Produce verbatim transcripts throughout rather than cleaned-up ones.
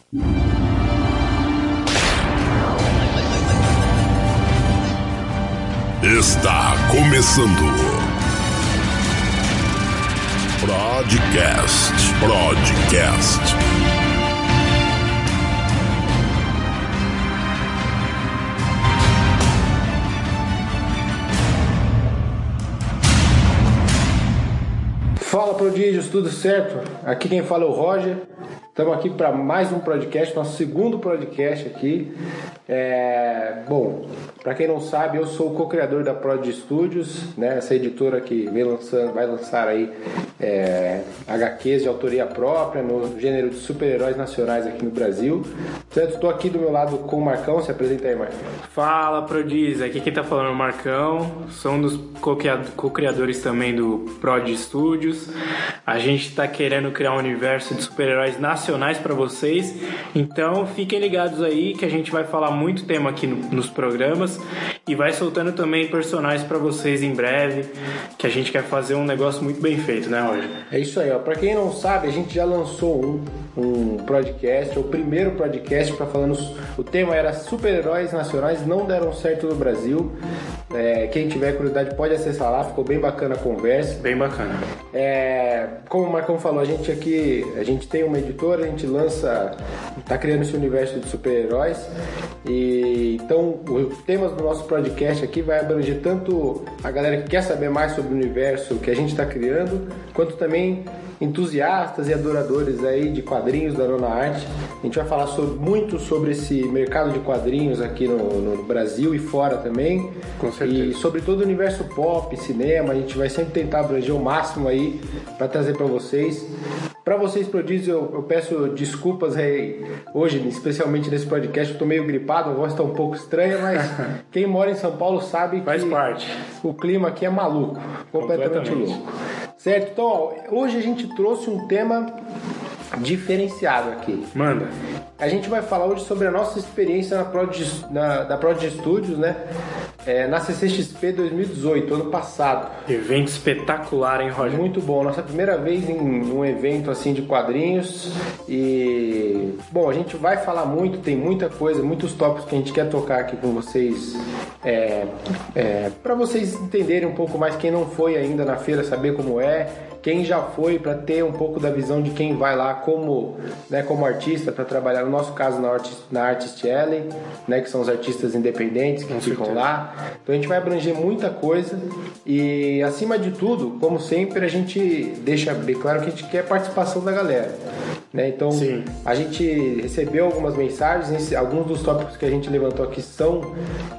Está começando Prodcast, Prodcast. Fala, prodígios, tudo certo? Aqui quem fala é o Roger. Estamos aqui para mais um podcast, nosso segundo podcast aqui. É... Bom, para quem não sabe, eu sou o co-criador da Prod Studios, né? Essa editora que vem lançando, vai lançar aí é... agá quês de autoria própria no gênero de super-heróis nacionais aqui no Brasil. Certo? Estou aqui do meu lado com o Marcão. Se apresenta aí, Marcão. Fala, prodígios. Aqui quem tá falando é o Marcão. Sou um dos co-criadores também do Prod Studios. A gente tá querendo criar um universo de super-heróis nacionais para vocês. Então fiquem ligados aí que a gente vai falar muito tema aqui no, nos programas e vai soltando também personagens para vocês em breve, que a gente quer fazer um negócio muito bem feito, né, Roger? É isso aí, ó. Para quem não sabe, a gente já lançou um, um podcast, o primeiro podcast para falando. O tema era super-heróis nacionais não deram certo no Brasil. É, quem tiver curiosidade pode acessar lá, ficou bem bacana a conversa. Bem bacana. É, como o Marcão falou, a gente aqui, a gente tem uma editora, a gente lança, tá criando esse universo de super-heróis. E então os temas do nosso podcast aqui vai abranger tanto a galera que quer saber mais sobre o universo que a gente está criando, quanto também entusiastas e adoradores aí de quadrinhos da nona arte. A gente vai falar sobre, muito sobre esse mercado de quadrinhos aqui no, no Brasil e fora também. Com certeza. E sobre todo o universo pop, cinema, a gente vai sempre tentar abranger o máximo aí para trazer para vocês. Para vocês, prodígios, eu, eu peço desculpas aí, hoje, especialmente nesse podcast. Eu tô meio gripado, a voz tá um pouco estranha, mas quem mora em São Paulo sabe Faz que parte. O clima aqui é maluco, completamente, completamente louco. Certo? Então, ó, hoje a gente trouxe um tema diferenciado aqui. Manda. A gente vai falar hoje sobre a nossa experiência na Prod, na, da Prod Studios, né? É, na C C X P dois mil e dezoito, ano passado. Evento espetacular, hein, Roger? Muito bom. Nossa primeira vez em um evento assim de quadrinhos. E, bom, a gente vai falar muito, tem muita coisa, muitos tópicos que a gente quer tocar aqui com vocês. É, é, para vocês entenderem um pouco mais, quem não foi ainda na feira, saber como é. Quem já foi, para ter um pouco da visão de quem vai lá como, né, como artista para trabalhar, no nosso caso na, Artist, na Artist Alley, né, que são os artistas independentes que ficam lá. Então a gente vai abranger muita coisa e, acima de tudo, como sempre, a gente deixa bem claro que a gente quer a participação da galera, né? Então Sim. A gente recebeu algumas mensagens, alguns dos tópicos que a gente levantou aqui são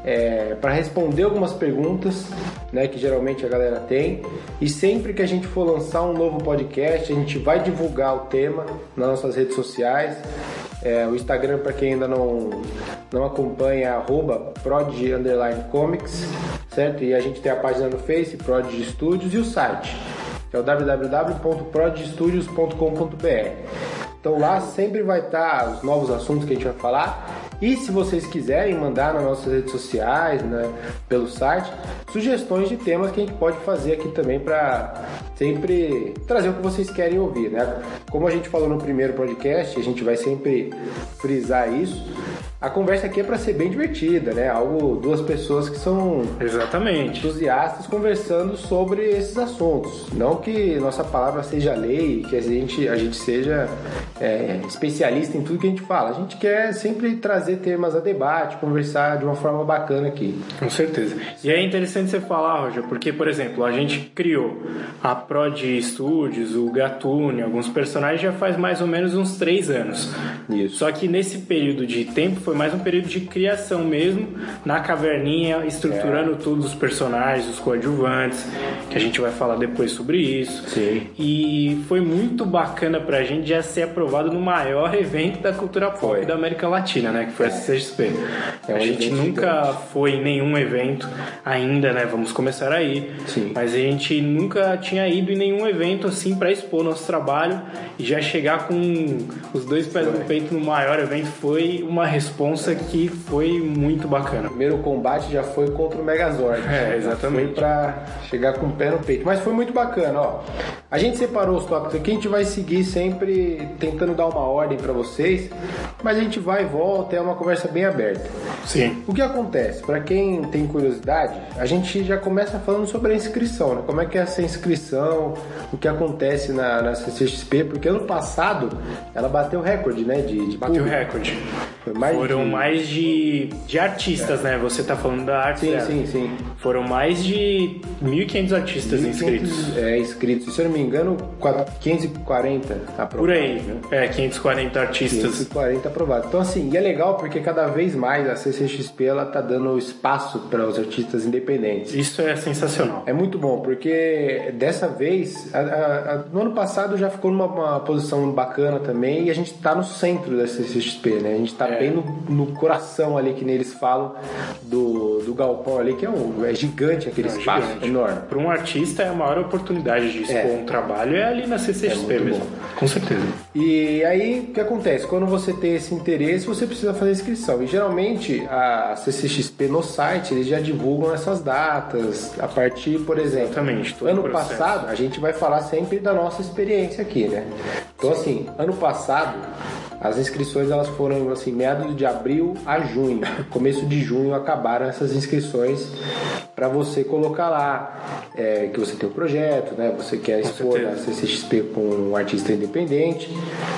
é, para responder algumas perguntas, né, que geralmente a galera tem, e sempre que a gente for lançar um novo podcast, a gente vai divulgar o tema nas nossas redes sociais. É, o Instagram, para quem ainda não, não acompanha, é arroba prod underline comics, certo? E a gente tem a página no Face, Prod Studios, e o site, que é o w w w ponto prod studios ponto com ponto b r. Então lá sempre vai estar os novos assuntos que a gente vai falar. E se vocês quiserem mandar nas nossas redes sociais, né, pelo site, sugestões de temas que a gente pode fazer aqui também para sempre trazer o que vocês querem ouvir, né? Como a gente falou no primeiro podcast, a gente vai sempre frisar isso. A conversa aqui é para ser bem divertida, né? Algo, duas pessoas que são Exatamente. entusiastas conversando sobre esses assuntos. Não que nossa palavra seja lei, que a gente, a gente seja é, especialista em tudo que a gente fala. A gente quer sempre trazer temas a debate, conversar de uma forma bacana aqui. Com certeza. E é interessante você falar, Roger, porque, por exemplo, a gente criou a Prod Studios, o Gatune, alguns personagens já faz mais ou menos uns três anos. Isso. Só que nesse período de tempo foi mais um período de criação mesmo, na caverninha, estruturando é. todos os personagens, os coadjuvantes, que a gente vai falar depois sobre isso. Sim. E foi muito bacana pra gente já ser aprovado no maior evento da cultura pop foi. da América Latina, né? Que foi a C C X P. É a gente nunca gigante. foi em nenhum evento ainda, né? Vamos começar aí. Sim. Mas a gente nunca tinha ido em nenhum evento assim para expor nosso trabalho e já chegar com os dois pés no peito no maior evento foi uma responsa que foi muito bacana. O primeiro combate já foi contra o Megazord. É, exatamente. Foi pra chegar com o pé no peito. Mas foi muito bacana, ó. A gente separou os tópicos aqui, a gente vai seguir sempre tentando dar uma ordem pra vocês, mas a gente vai e volta, é uma conversa bem aberta. Sim. O que acontece? Pra quem tem curiosidade, a gente já começa falando sobre a inscrição, né? Como é que é essa inscrição, o que acontece na, na C C X P, porque ano passado ela bateu recorde, né? De, de bateu público. recorde. Foi mais Foram de... mais de, de artistas, é. né? Você tá falando da arte. Sim, dela. sim, sim. Foram mais de mil e quinhentos artistas mil e quinhentos, inscritos. É, inscritos. Se eu não me engano, quinhentos e quarenta aprovados. Por aí, né? é, quinhentos e quarenta artistas. quinhentos e quarenta aprovados. Então, assim, e é legal porque cada vez mais a C C X P ela tá dando espaço para os artistas independentes. Isso é sensacional. É muito bom, porque dessa vez, a, a, a, no ano passado já ficou numa uma posição bacana também e a gente tá no centro da C C X P, né? A gente tá é. bem no, no coração ali, que nem eles falam, do, do galpão ali, que é, um, é gigante aquele é, espaço, gigante. Enorme. Para um artista é a maior oportunidade de expor é. um trabalho é ali na C C X P é mesmo. Bom. Com certeza. E aí, o que acontece? Quando você tem esse interesse, você precisa fazer inscrição. E geralmente, a C C X P no site, eles já divulgam essas datas, a partir, por exemplo... Exatamente. Ano passado, a gente vai falar sempre da nossa experiência aqui, né? Então, assim, ano passado... As inscrições elas foram assim, meados de abril a junho. Começo de junho acabaram essas inscrições para você colocar lá é, que você tem um projeto, né? Você quer expor na C C X P com um artista independente.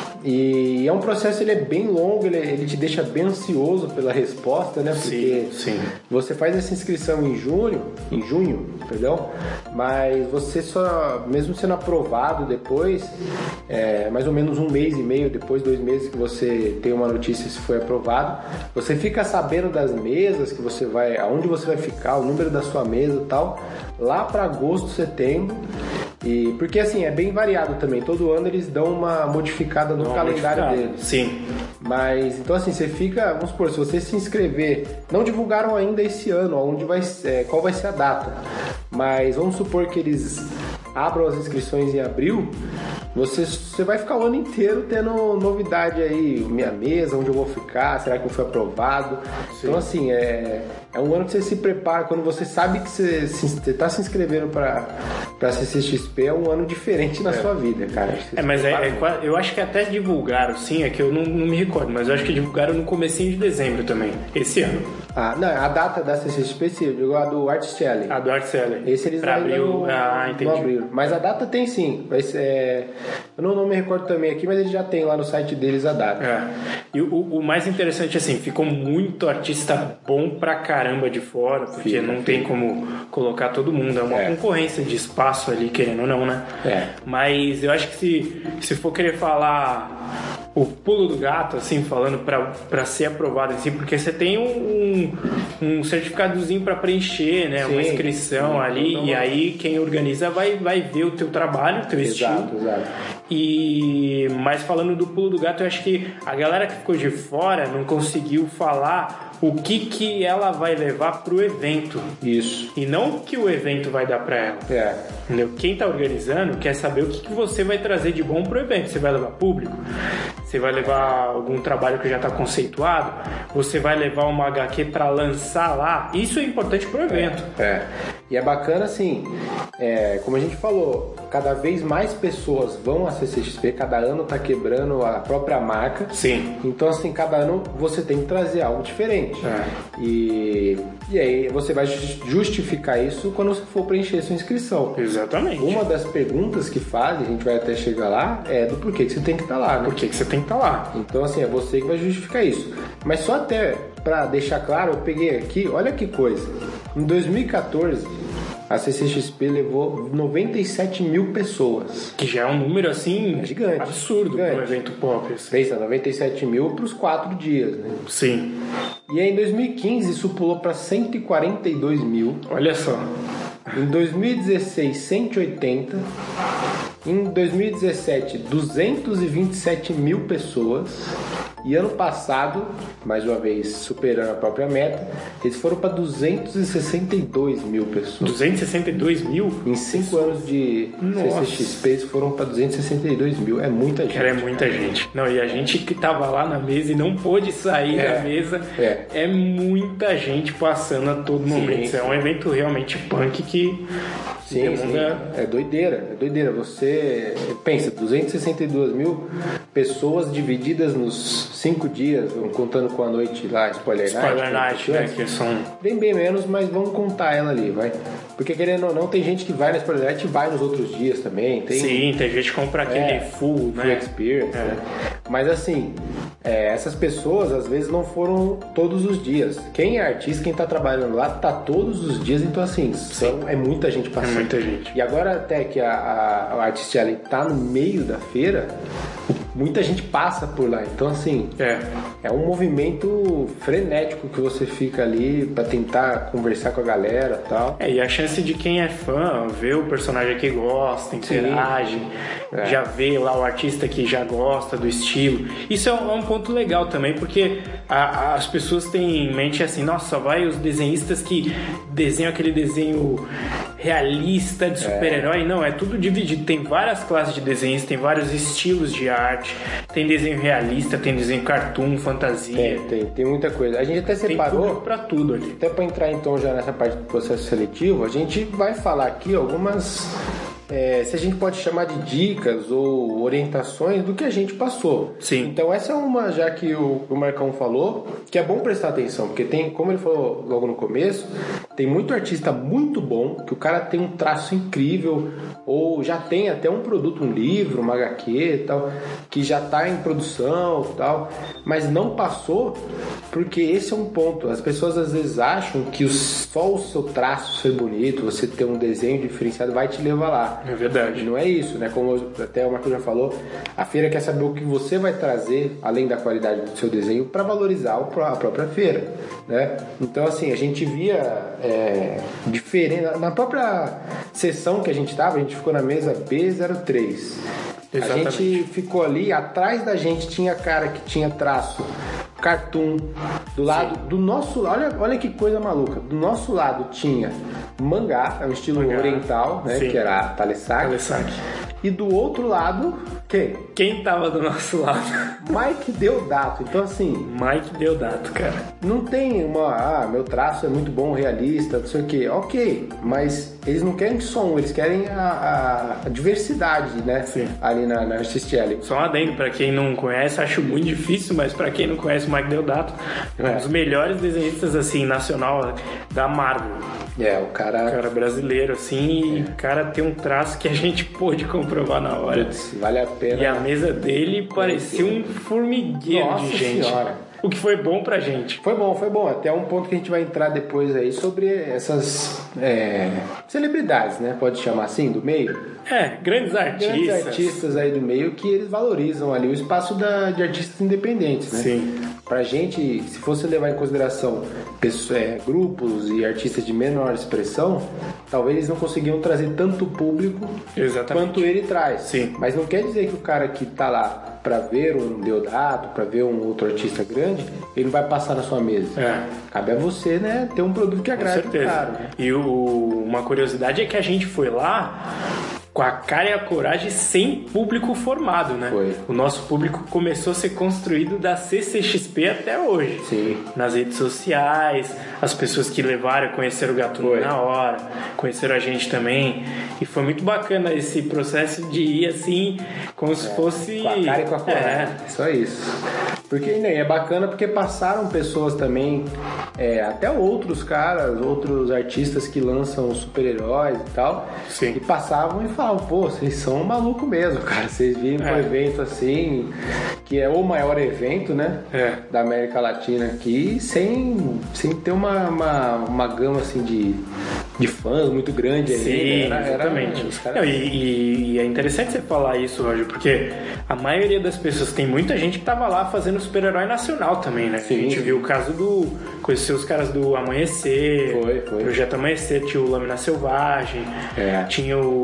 E é um processo, ele é bem longo, ele, ele te deixa bem ansioso pela resposta, né? Porque sim, sim. você faz essa inscrição em junho, em junho, perdão, mas você só, mesmo sendo aprovado depois, é, mais ou menos um mês e meio depois, dois meses que você tem uma notícia se foi aprovado, você fica sabendo das mesas que você vai, aonde você vai ficar, o número da sua mesa e tal, lá para agosto, setembro. E porque assim, é bem variado também. Todo ano eles dão uma modificada no Não, calendário deles. Sim. Mas então assim, você fica, vamos supor, se você se inscrever, não divulgaram ainda esse ano, onde vai, é, qual vai ser a data. Mas vamos supor que eles abram as inscrições em abril. Você, você vai ficar o ano inteiro tendo novidade aí, minha mesa, onde eu vou ficar, será que eu fui aprovado? Sim. Então assim, é, é um ano que você se prepara, quando você sabe que você está se inscrevendo para a C C X P, é um ano diferente na é. sua vida, cara. Você é, mas é, é, eu acho que até divulgaram, sim, é que eu não, não me recordo, mas eu acho que divulgaram no comecinho de dezembro também, esse ano. Ah, não, a data da C C X P, sim, eu digo a do Artist Alley. A do Artist Alley. Esse eles pra abril, no, ah, entendi. abril. Mas a data tem sim, vai ser, é, eu não, não me recordo também aqui, mas eles já tem lá no site deles a data. É. E o, o mais interessante, assim, ficou muito artista bom pra caramba de fora, porque fica, não fica. tem como colocar todo mundo, é uma é. concorrência de espaço ali, querendo ou não, né? É. Mas eu acho que se, se for querer falar o pulo do gato, assim, falando pra, pra ser aprovado, assim, porque você tem um, um certificadozinho pra preencher, né? Sim. Uma inscrição Sim. ali, não, não. e aí quem organiza vai, vai ver o teu trabalho, o teu exato, estilo. Exato. E, mas falando do pulo do gato, eu acho que a galera que ficou de fora não conseguiu falar o que, que ela vai levar pro evento. Isso. E não o que o evento vai dar pra ela. É. Entendeu? Quem tá organizando quer saber o que, que você vai trazer de bom pro evento. Você vai levar público? Você vai levar algum trabalho que já tá conceituado? Você vai levar uma agá quê pra lançar lá? Isso é importante pro evento. É. é. E é bacana assim, é, como a gente falou, cada vez mais pessoas vão à C C X P, cada ano tá quebrando a própria marca. Sim. Então assim, cada ano você tem que trazer algo diferente. É. E, e aí você vai justificar isso quando você for preencher sua inscrição. Exatamente. Uma das perguntas que fazem, a gente vai até chegar lá, é do porquê que você tem que estar tá lá, né? Por que que você tem que estar tá lá. Então assim, é você que vai justificar isso. Mas só até pra deixar claro, eu peguei aqui, olha que coisa. Em dois mil e quatorze, a C C X P levou noventa e sete mil pessoas. Que já é um número, assim, é gigante, absurdo para um evento pop. Assim. Pensa, noventa e sete mil para os quatro dias, né? Sim. E aí, em dois mil e quinze, isso pulou para cento e quarenta e dois mil. Olha só. Em dois mil e dezesseis, cento e oitenta. Em dois mil e dezessete, duzentos e vinte e sete mil pessoas. E ano passado, mais uma vez superando a própria meta, eles foram para duzentos e sessenta e dois mil pessoas. duzentos e sessenta e dois mil? Em cinco anos de Nossa. C C X P, eles foram para duzentos e sessenta e dois mil. É muita gente. Cara, é muita gente. Não, e a gente que tava lá na mesa e não pôde sair É. da mesa, É. é muita gente passando a todo Sim, momento. Isso sim. é um evento realmente punk que Sim, sim. demanda... É doideira, é doideira. Você pensa, duzentos e sessenta e duas mil pessoas divididas nos cinco dias, contando com a noite lá, Spoiler Night. Spoiler Night, né? Que são... Bem, bem menos, mas vamos contar ela ali, vai. Porque querendo ou não, tem gente que vai na Spoiler Night e vai nos outros dias também. Tem, Sim, tem gente que compra aquele É, full, Full né? Experience, É. né? Mas assim, é, essas pessoas às vezes não foram todos os dias. Quem é artista, quem tá trabalhando lá, tá todos os dias, então assim, são, é muita gente É passando. muita gente. E agora até que a, a, a Artist Alley tá no meio da feira, muita gente passa por lá. Então assim, É. é um movimento frenético que você fica ali pra tentar conversar com a galera e tal. É, e a chance de quem é fã ver o personagem que gosta, interage, É. já vê lá o artista que já gosta do estilo. Isso é um, é um ponto legal também, porque a- as pessoas têm em mente assim, nossa, vai os desenhistas que desenham aquele desenho realista de super-herói. Não, é tudo dividido. Tem várias classes de desenhos, tem vários estilos de arte, tem desenho realista, tem desenho cartoon, fantasia. Tem, tem, tem muita coisa. A gente até Tem separou. público pra tudo ali. Até para entrar então já nessa parte do processo seletivo, a gente vai falar aqui algumas, é, se a gente pode chamar de dicas ou orientações do que a gente passou. Sim. Então essa é uma, já que o, o Marcão falou, que é bom prestar atenção, porque tem, como ele falou logo no começo, tem muito artista muito bom, que o cara tem um traço incrível, ou já tem até um produto, um livro, uma agá quê e tal, que já está em produção e tal, mas não passou, porque esse é um ponto. As pessoas às vezes acham que o- só o seu traço ser bonito, você ter um desenho diferenciado vai te levar lá. É E verdade. não é isso, né? Como até o Marco já falou, a feira quer saber o que você vai trazer, além da qualidade do seu desenho, para valorizar o pró- a própria feira, né? Então, assim, a gente via é, diferente... Na própria sessão que a gente estava, a gente ficou na mesa B zero três. A Exatamente. gente ficou ali, atrás da gente tinha cara que tinha traço cartoon, do lado do nosso, olha, olha que coisa maluca, do nosso lado tinha mangá, é um estilo Mangá. oriental, né, Sim. que era a Talesag, Talesag. e do outro lado, quem? Quem tava do nosso lado? Mike Deodato. Então assim, Mike Deodato, cara. não tem uma, ah, meu traço é muito bom, realista, não sei o que, ok, mas eles não querem só um, eles querem a, a- a diversidade, né, Sim. ali na, na Artist Alley. Só um adendo, pra quem não conhece, acho muito difícil, mas pra quem não conhece o Mike Deodato, é um É. dos melhores desenhistas, assim, nacional da Marvel. É, o cara, Cara brasileiro, assim, e o cara tem um traço que a gente pôde comprovar na hora. putz, vale a pena. E a mesa dele parecia um formigueiro Nossa de gente. Senhora. O que foi bom pra gente. Foi bom, foi bom. Até um ponto que a gente vai entrar depois aí sobre essas é, celebridades, né? Pode chamar assim, do meio. É, grandes artistas. Grandes artistas aí do meio que eles valorizam ali o espaço da, de artistas independentes, né? Sim. Pra gente, se fosse levar em consideração pessoas, é, grupos e artistas de menor expressão, talvez eles não conseguiam trazer tanto público Exatamente. quanto ele traz. Sim. Mas não quer dizer que o cara que tá lá pra ver um Deodato, pra ver um outro artista grande, ele não vai passar na sua mesa. É. Cabe a você, né, ter um produto que Com agrade o certeza. cara. Né? E o- uma curiosidade é que a gente foi lá com a cara e a coragem sem público formado, né? Foi. O nosso público começou a ser construído da C C X P até hoje. Sim. Nas redes sociais, as pessoas que levaram, conheceram o Gatuno Foi. na hora, conheceram a gente também. E foi muito bacana esse processo de ir assim, como se fosse... Com a cara e com a coragem. É. Só isso. Porque né, é bacana porque passaram pessoas também, é, até outros caras, outros artistas que lançam super-heróis e tal. Sim. E passavam e falavam, pô, vocês são um maluco mesmo, cara. Vocês viram É. um evento assim, que é o maior evento, né? É. Da América Latina aqui, sem, sem ter uma, uma, uma gama assim de, de fãs muito grande aí. Sim, Era- era- exatamente. os caras- Não, e, e- e é interessante você falar isso, Roger, porque a maioria das pessoas, tem muita gente que tava lá fazendo super-herói nacional também, né? Sim. A gente viu o caso do... Conheceu os caras do Amanhecer. Foi, foi. Projeto Amanhecer, tinha o Lâmina Selvagem. É. Tinha o,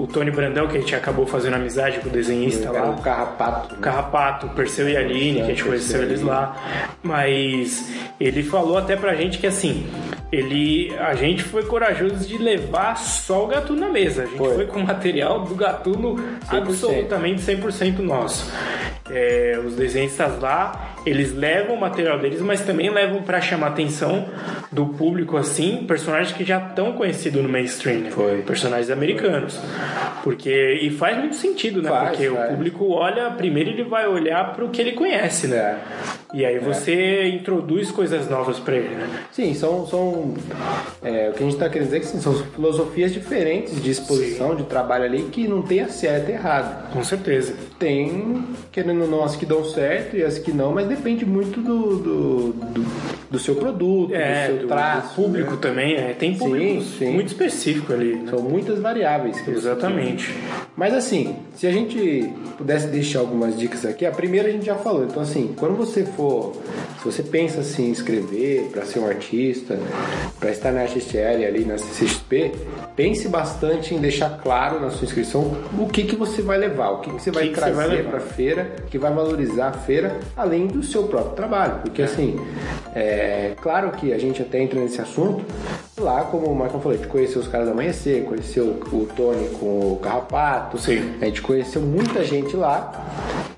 o Tony Brandão, que a gente acabou fazendo amizade com o desenhista lá. O Carrapato. O Carrapato, o Perseu e a Aline, que a gente conheceu eles lá. Mas ele falou até pra gente que assim, ele, a gente foi corajoso de levar só o Gatuno na mesa. A gente foi, foi com o material do Gatuno absolutamente cem por cento nosso. É, os desenhistas lá, eles levam o material deles, mas também levam pra chamar a atenção do público, assim, personagens que já estão conhecidos no mainstream, né? Foi. Personagens americanos. Porque, e faz muito sentido, né? Faz, Porque faz. o público olha, primeiro ele vai olhar pro que ele conhece, né? É. E aí você é. introduz coisas novas pra ele, né? Sim, são, são é, o que a gente tá querendo dizer é que sim, são filosofias diferentes de exposição, sim, de trabalho ali, que não tem a certo e errado. Com certeza. Tem, querendo ou não, as que dão certo e as que não, mas depende muito do, do, do, do seu produto, é, do seu do, traço. Do público, né? Também, é. Tem público muito específico ali. Né? São muitas variáveis. Que Exatamente. Mas assim, se a gente pudesse deixar algumas dicas aqui, a primeira a gente já falou. Então assim, quando você for, se você pensa assim, em escrever para ser um artista, para estar na X T L ali na C C X P, pense bastante em deixar claro na sua inscrição o que, que você vai levar, o que, que você vai que trazer para a feira, que vai valorizar a feira, além do seu próprio trabalho. Porque é. assim, é claro que a gente até entra nesse assunto, lá como o Marcão falou, a gente conheceu os caras do Amanhecer, conheceu o Tony com o Carrapato, sim, a gente conheceu muita gente lá.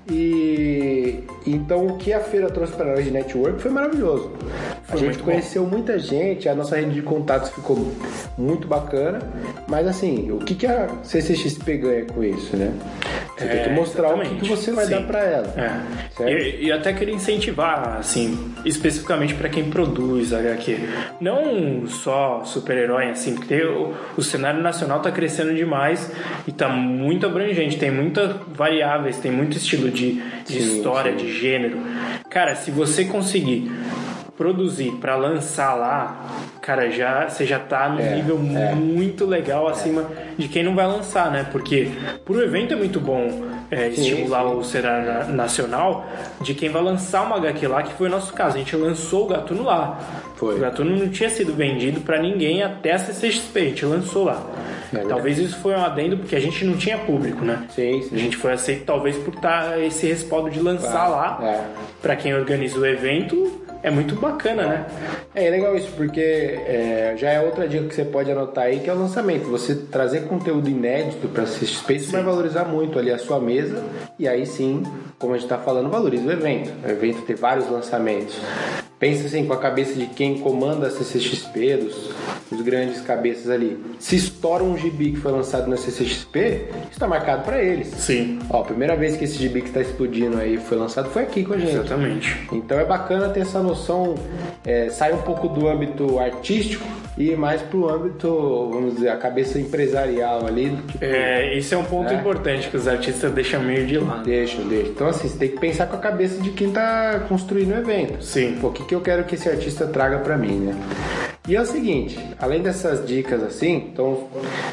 E então o que a feira trouxe para nós de network foi maravilhoso. A foi gente conheceu bom. muita gente, a nossa rede de contatos ficou muito bacana. Mas assim, o que, que a C C X P ganha com isso, né? Você é, tem que mostrar exatamente. o que, que você vai Sim. dar para ela. É. E, e até queria incentivar, assim, especificamente para quem produz H Q. Não só super-herói, assim, porque o, o cenário nacional tá crescendo demais e tá muito abrangente, tem muitas variáveis, tem muito estilo de De, de sim, história, sim. de gênero. Cara, se você conseguir produzir para lançar lá, cara, já, você já tá num é, nível é. muito legal acima é. de quem não vai lançar, né? Porque pro evento é muito bom é, sim, estimular sim. o cenário nacional de quem vai lançar uma H Q lá, que foi o nosso caso. A gente lançou o Gatuno lá. Foi. O Gatuno não tinha sido vendido para ninguém até a C C X P, a gente lançou lá. É talvez isso foi um adendo porque a gente não tinha público, né? Sim, sim. A gente foi aceito talvez por estar esse respaldo de lançar ah, lá. É. Para quem organiza o evento, é muito bacana, né? É, é legal isso, porque é, já é outra dica que você pode anotar aí, que é o lançamento. Você trazer conteúdo inédito para C C X P, isso vai valorizar muito ali a sua mesa, e aí sim, como a gente está falando, valoriza o evento. O evento tem vários lançamentos. Pensa assim, com a cabeça de quem comanda a C C X P, dos, dos grandes cabeças ali. Se estoura um gibi que foi lançado na C C X P, isso está marcado para eles. Sim. Ó, a primeira vez que esse gibi que está explodindo aí foi lançado foi aqui com a gente. Exatamente. Então é bacana ter essa noção, é, sai um pouco do âmbito artístico e mais pro âmbito, vamos dizer, a cabeça empresarial ali. Tipo, é, esse é um ponto é. importante que os artistas deixam meio de lado. Deixam, deixam. Então assim, você tem que pensar com a cabeça de quem tá construindo o evento. Sim. Pô, o que, que eu quero que esse artista traga pra mim, né? E é o seguinte, além dessas dicas assim, então,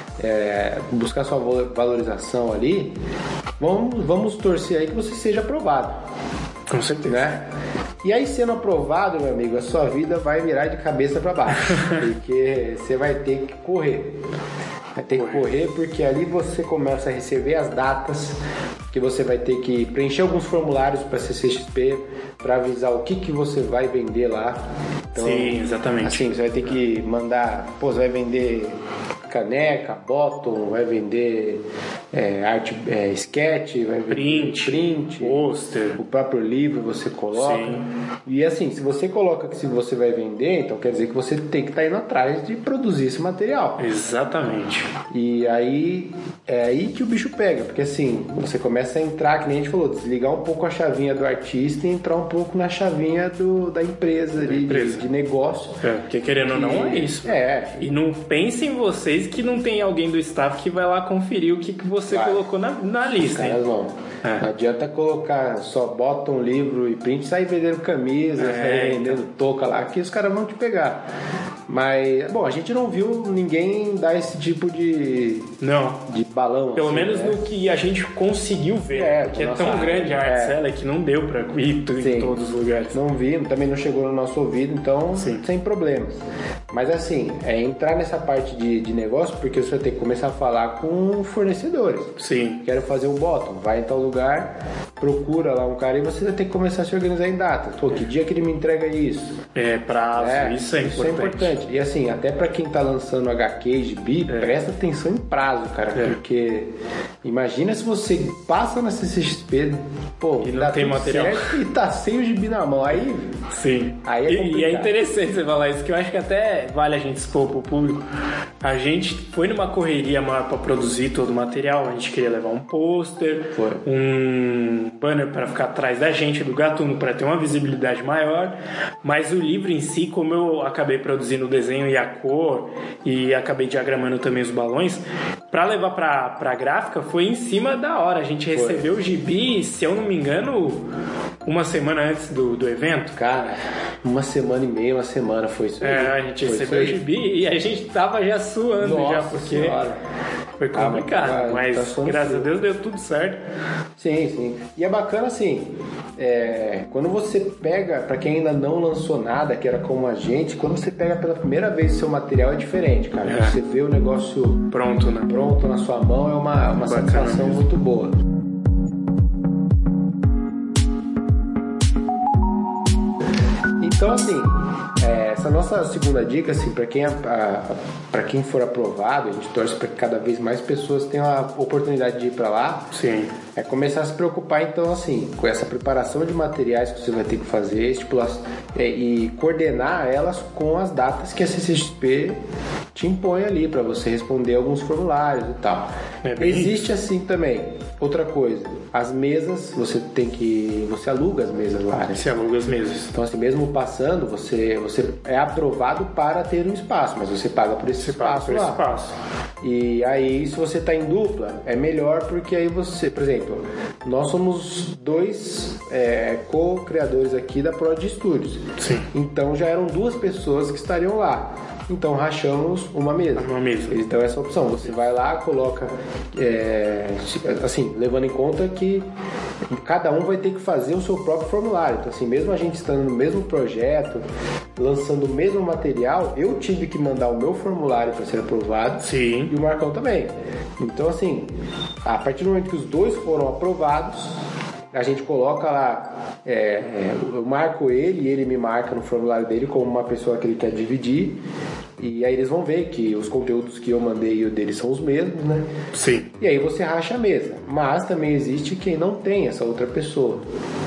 é, buscar sua valorização ali, vamos, vamos torcer aí que você seja aprovado. Com certeza. Né? E aí, sendo aprovado, meu amigo, a sua vida vai virar de cabeça para baixo. Porque você vai ter que correr. Vai ter que correr porque ali você começa a receber as datas, que você vai ter que preencher alguns formulários para C C X P para avisar o que, que você vai vender lá. Então, sim, exatamente. Assim, você vai ter que mandar, pô, você vai vender caneca, bottom, vai vender é, arte, é, sketch, vai vender print, print, pôster, o próprio livro você coloca. Sim. E assim, se você coloca que se você vai vender, então quer dizer que você tem que estar indo atrás de produzir esse material. Exatamente. E aí é aí que o bicho pega, porque assim, você começa a entrar, que nem a gente falou, desligar um pouco a chavinha do artista e entrar um pouco na chavinha do, da empresa, da ali, empresa. De, de negócio. É, porque querendo ou não é isso. É. E não pensem vocês que não tem alguém do staff que vai lá conferir o que, que você vai. colocou na, na lista. Os caras vão. É. Não adianta colocar só bota um livro e print, sair vendendo camisa, é, sair vendendo então. touca lá, que os caras vão te pegar. Mas, bom, a gente não viu ninguém dar esse tipo de não. de balão. Pelo assim, menos né? no que a gente conseguiu ver. É, porque é tão grande a arte é. que não deu pra ir em todos os lugares. Não vi, também não chegou no nosso ouvido, então Sim. sem problemas. Mas assim, é entrar nessa parte de, de negócio, porque você vai ter que começar a falar com fornecedores. Sim. Quero fazer um bottom, vai em tal lugar, procura lá um cara e você vai ter que começar a se organizar em datas. Pô, que dia que ele me entrega isso? É, prazo, É, isso é isso importante. é importante. E assim, até pra quem tá lançando H Q, Gibi, é. presta atenção em prazo, cara. É. Porque imagina se você passa na C C X P, pô, e não dá tem tudo material certo e tá sem o gibi na mão. Aí, sim. Aí é e, e é interessante você falar isso, que eu acho que até vale a gente expor pro público. A gente foi numa correria maior pra produzir todo o material. A gente queria levar um pôster, um banner pra ficar atrás da gente, do Gatuno, pra ter uma visibilidade maior. Mas o livro em si, como eu acabei produzindo o desenho e a cor e acabei diagramando também os balões, pra levar pra, pra gráfica foi em cima da hora. A gente foi. recebeu o gibi, se eu não me engano, uma semana antes do, do evento. Cara, uma semana e meia, uma semana foi isso aí. É, a gente foi recebeu o gibi e a gente tava já suando. Nossa já, porque senhora. foi complicado, ah, mas tá graças frio. a Deus deu tudo certo. Sim, sim. E é bacana assim, é, quando você pega, pra quem ainda não lançou nada, que era como a gente, quando você pega pela primeira vez o seu material é diferente, cara. É. Você vê o negócio pronto, né? Pronto na sua mão, é uma, uma sensação mesmo. Muito boa. Então, assim, é, essa nossa segunda dica, assim, para quem, para quem for aprovado, a gente torce para que cada vez mais pessoas tenham a oportunidade de ir para lá. Sim. É começar a se preocupar, então, assim, com essa preparação de materiais que você vai ter que fazer, estipular, é, e coordenar elas com as datas que a C C X P te impõe ali para você responder alguns formulários e tal. É bem... Existe assim também. Outra coisa, as mesas, você tem que... Você aluga as mesas lá, né? Você aluga as mesas. Então, assim, mesmo passando, você, você é aprovado para ter um espaço, mas você paga por esse você espaço paga por lá. Esse espaço. E aí, se você está em dupla, é melhor porque aí você... Por exemplo, nós somos dois é, co-criadores aqui da Prod Studios. Sim. Então, já eram duas pessoas que estariam lá. Então rachamos uma mesa. Uma mesa. Então essa opção, você vai lá, coloca, é, assim, levando em conta que cada um vai ter que fazer o seu próprio formulário. Então assim, mesmo a gente estando no mesmo projeto, lançando o mesmo material, eu tive que mandar o meu formulário para ser aprovado. Sim. E o Marcão também. Então assim, a partir do momento que os dois foram aprovados, a gente coloca lá, é, é, eu marco ele e ele me marca no formulário dele como uma pessoa que ele quer dividir. E aí eles vão ver que os conteúdos que eu mandei e o dele são os mesmos, né? Sim. E aí você racha a mesa. Mas também existe quem não tem essa outra pessoa.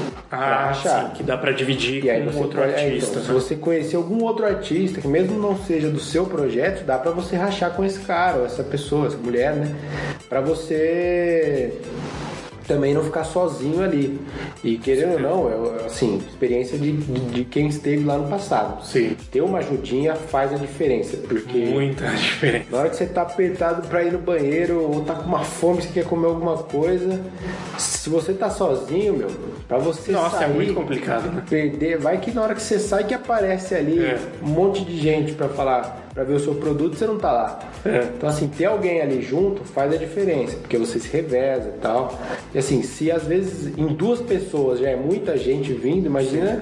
Ah, sim, que dá pra dividir e aí com você outro pode, artista. É, então, né? Se você conhecer algum outro artista, que mesmo não seja do seu projeto, dá pra você rachar com esse cara, ou essa pessoa, essa mulher, né? Pra você... também não ficar sozinho ali. E querendo ou não, é assim, experiência de, de, de quem esteve lá no passado. Sim. Ter uma ajudinha faz a diferença, porque muita diferença. Na hora que você tá apertado pra ir no banheiro ou tá com uma fome, você quer comer alguma coisa, se você tá sozinho, meu, pra você Nossa, sair, é muito complicado, né? Perder, vai que na hora que você sai que aparece ali é. um monte de gente pra falar, pra ver o seu produto, você não tá lá. É. Então assim, ter alguém ali junto faz a diferença, porque você se reveza e tal. E assim, se às vezes em duas pessoas já é muita gente vindo, imagina...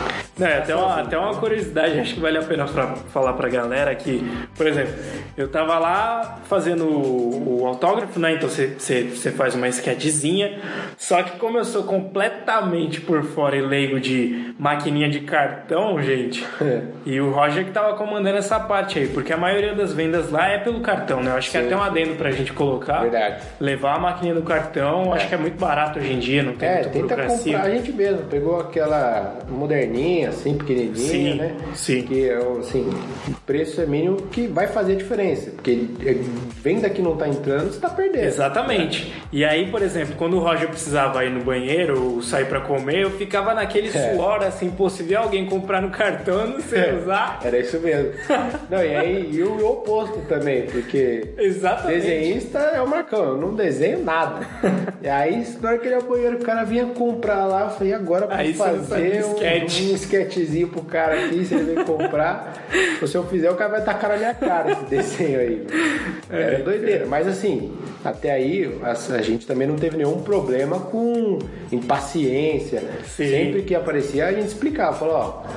É, até uma, até uma curiosidade, acho que vale a pena pra falar pra galera que, por exemplo, eu tava lá fazendo o, o autógrafo, né? Então você faz uma sketchzinha, só que como eu sou completamente por fora e leigo de maquininha de cartão, gente, é. e o Roger que tava comandando essa parte aí, porque a maioria das vendas lá é pelo cartão, né? Eu acho que é até um adendo pra gente colocar. Verdade. Levar a maquininha do cartão, é. acho que é muito barato hoje em dia, não tem é, muita tenta burocracia. Comprar, a gente mesmo pegou aquela moderninha, assim, pequenininha, sim, né? Sim. Que, assim, o preço é mínimo que vai fazer a diferença. Porque venda que não tá entrando, você tá perdendo. Exatamente. E aí, por exemplo, quando o Roger precisava ir no banheiro ou sair pra comer, eu ficava naquele é. suor, assim, pô, se vier alguém comprar no cartão, eu não sei é. usar. Era isso mesmo. Não, e aí, e o oposto também, porque Exatamente. desenhista é o Marcão, eu não desenho nada. E aí, na hora que ele ia ao banheiro, o cara vinha comprar lá, eu falei, agora pra aí fazer um, sketch. um sketchzinho pro cara aqui, se ele vem comprar, se eu fizer, o cara vai tacar na minha cara esse desenho aí. Era é, doideira. É. Mas assim, até aí, a, a gente também não teve nenhum problema com impaciência. Sim. Sempre que aparecia, a gente explicava, falou, ó,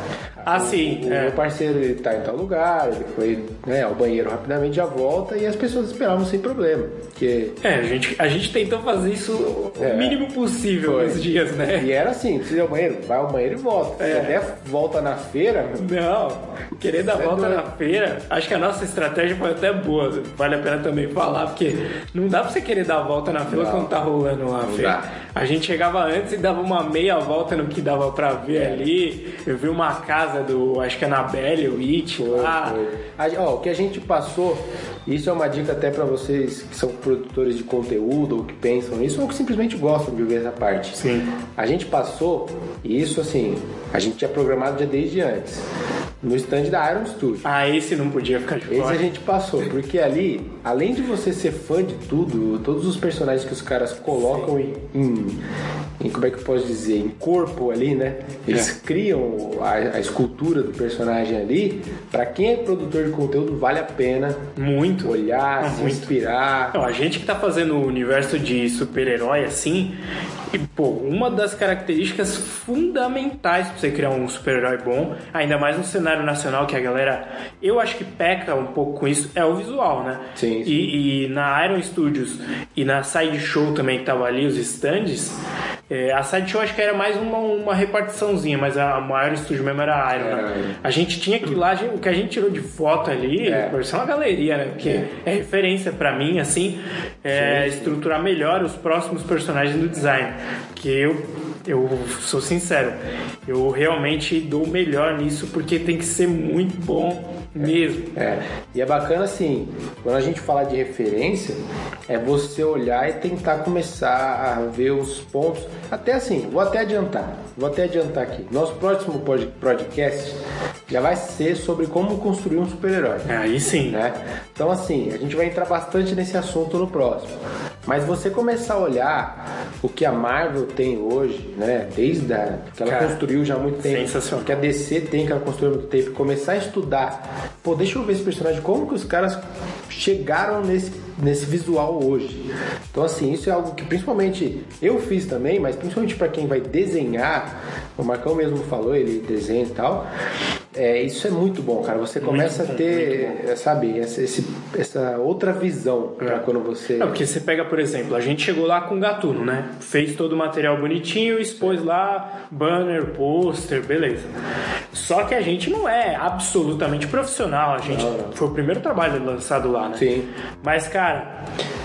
Ah, sim. O, o é. meu parceiro, ele tá em tal lugar, ele foi, né, ao banheiro rapidamente, já volta, e as pessoas esperavam sem problema. Porque... É, a gente, a gente tentou fazer isso o É. mínimo possível Foi. nos dias, né? E era assim, precisa ir ao banheiro, vai ao banheiro e volta. É. Se até volta na feira... Não, querer dar Isso é volta doido. na feira, acho que a nossa estratégia foi até boa, vale a pena também falar, porque não dá pra você querer dar a volta na fila Não. quando tá rolando lá a Não feira. dá. A gente chegava antes e dava uma meia volta no que dava pra ver ali. Eu vi uma casa do, acho que é Anabelle, o It lá. Foi. A- ó, o que a gente passou, isso é uma dica até pra vocês que são produtores de conteúdo ou que pensam nisso ou que simplesmente gostam de ver essa parte. Sim. A gente passou, e isso assim, a gente tinha programado já desde antes, no stand da Iron Studio. Ah, esse não podia ficar de Esse fora. a gente passou, porque ali, além de você ser fã de tudo, todos os personagens que os caras colocam em, em, em, como é que eu posso dizer, em corpo ali, né? Eles É. criam a, a escultura do personagem ali. Pra quem é produtor de conteúdo, vale a pena Muito. olhar, Ah, se muito. inspirar. Não, a gente que tá fazendo o universo de super-herói assim, e, pô, uma das características fundamentais pra você criar um super-herói bom, ainda mais no cenário nacional, que a galera, eu acho que peca um pouco com isso, é o visual, né? Sim, sim. E, e na Iron Studios e na Sideshow também, que tava ali, os stands, é, a Sideshow acho que era mais uma, uma repartiçãozinha, mas a maior estúdio mesmo era a Iron, Era né? a Iron. A gente tinha que ir lá, o que a gente tirou de foto ali, É. parecia uma galeria, né? Porque É. é referência pra mim, assim, é Sim, sim. estruturar melhor os próximos personagens do design. Que eu, eu sou sincero, eu realmente dou o melhor nisso porque tem que ser muito bom mesmo. É, e é bacana assim, quando a gente fala de referência, é você olhar e tentar começar a ver os pontos. Até assim, vou até adiantar, vou até adiantar aqui. Nosso próximo pod- podcast já vai ser sobre como construir um super-herói. Aí sim. Né? Então assim, a gente vai entrar bastante nesse assunto no próximo. Mas você começar a olhar o que a Marvel tem hoje, né? Desde a, que ela Cara, construiu já há muito tempo, sensacional. que a D C tem, que ela construiu há muito tempo, começar a estudar, pô, deixa eu ver esse personagem, como que os caras chegaram nesse, nesse visual hoje. Então assim, isso é algo que principalmente eu fiz também, mas principalmente para quem vai desenhar, o Marcão mesmo falou, ele desenha e tal. É, isso é muito bom, cara. Você começa bom, a ter, é, sabe, essa, esse- essa outra visão pra quando você. É, porque você pega, por exemplo, a gente chegou lá com o Gatuno, né? Fez todo o material bonitinho, expôs lá, banner, pôster, beleza. Só que a gente não é absolutamente profissional, a gente Não, não. foi o primeiro trabalho lançado lá, né? Sim. Mas, cara,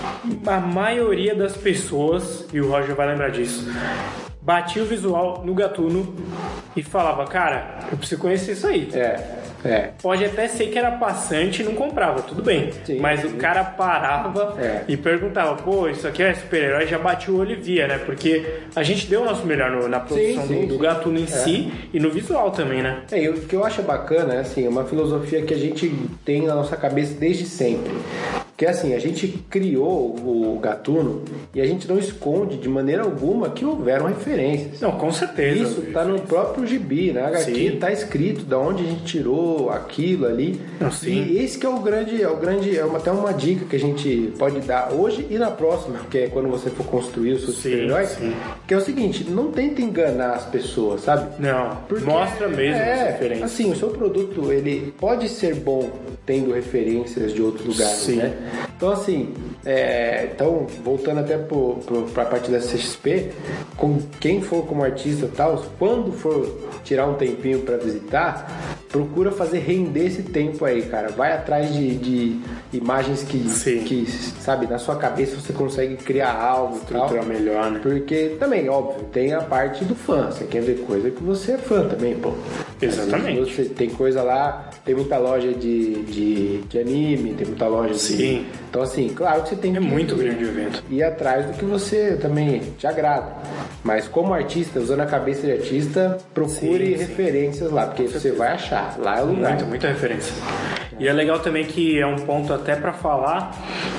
a maioria das pessoas, e o Roger vai lembrar disso, batia o visual no Gatuno e falava, cara, eu preciso conhecer isso aí. É, é. Pode até ser que era passante e não comprava, tudo bem. Sim, mas sim. o cara parava É. e perguntava, pô, isso aqui é super-herói, já batia o olho e via, né? Porque a gente deu o nosso melhor no- na produção sim, do, do sim. Gatuno em si e no visual também, né? É, e o que eu acho bacana é assim, uma filosofia que a gente tem na nossa cabeça desde sempre. Que assim, a gente criou o Gatuno e a gente não esconde de maneira alguma que houveram referências. Não, com certeza. Isso tá no próprio gibi, né? Aqui Sim. tá escrito da onde a gente tirou aquilo ali. Não, sim. E esse que é o grande, é o grande, é uma, até uma dica que a gente pode dar hoje e na próxima, que é quando você for construir o seu Sim, super-herói, sim. que é o seguinte, não tenta enganar as pessoas, sabe? Não, Porque, mostra mesmo as é, referências. assim, o seu produto, ele pode ser bom tendo referências de outros lugares, Sim. né? Então, assim, é, então, voltando até pro, pro, pra parte da C X P, com quem for como artista e tal, quando for tirar um tempinho pra visitar, procura fazer render esse tempo aí, cara. Vai atrás de, de imagens que, Sim. que, sabe, na sua cabeça você consegue criar algo e tal. Estruturar melhor, né? Porque também, óbvio, tem a parte do fã. Você quer ver coisa que você é fã também, pô. Exatamente. Às vezes Você tem coisa lá, tem muita loja de, de, de anime, tem muita loja de. Sim. Então, assim, claro que você tem É que muito grande o evento. ir atrás do que você também te agrada. Mas como artista, usando a cabeça de artista, procure Sim, sim. referências lá, porque você vai achar. Lá é o lugar. Muita, muita referência. E é legal também que é um ponto até pra falar.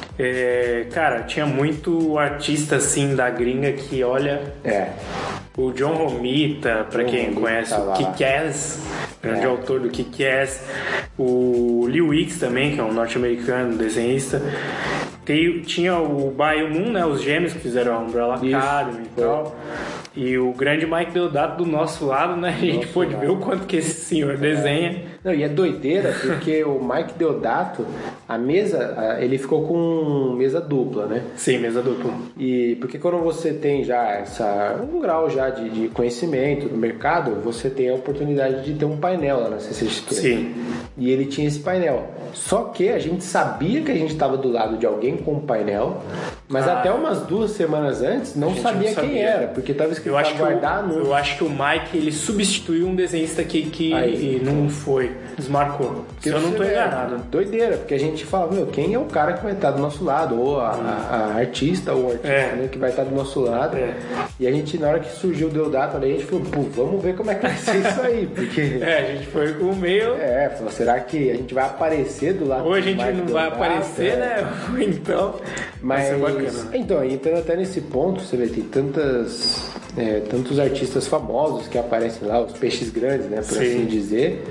é, cara, tinha muito artista assim da gringa que olha. É. O John Romita, pra John quem Romita conhece tá o lá. Kick-Ass, grande É. autor do Kick-Ass. O Lee Wicks também, que é um norte-americano, desenhista. Tem- tinha o Biomoon, né, os gêmeos que fizeram a Umbrella Isso, Academy e foi. tal. E o grande Mike Deodato do nosso lado, né? A gente nosso pôde lado. ver o quanto que esse senhor desenha. Não, e é doideira, porque o Mike Deodato, a mesa, ele ficou com mesa dupla, né? Sim, mesa dupla. E porque quando você tem já essa, um grau já de, de conhecimento no mercado, você tem a oportunidade de ter um painel lá na C C X P. Sim. E ele tinha esse painel. Só que a gente sabia que a gente estava do lado de alguém com um painel, mas ah, até umas duas semanas antes não sabia, não sabia quem era, porque estava escrito para guardar no... Eu acho que o Mike, ele substituiu um desenhista que, que não foi, desmarcou. Se eu não estou enganado. Doideira, porque a gente fala, meu, quem é o cara que vai estar do nosso lado? Ou a, a, a artista, ou o artista é. né, que vai estar do nosso lado. É. E a gente, na hora que surgiu o Deodato, a gente falou, pô, vamos ver como é que vai ser isso aí. Porque... É, a gente foi com o meio... É, falou, será que a gente vai aparecer do lado ou a gente não Deodato, vai aparecer, é. né? Então, mas, vai ser bacana. Então, entrando até nesse ponto, você vê, tem tantas... É, tantos artistas famosos que aparecem lá, os peixes grandes, né, por Sim. assim dizer,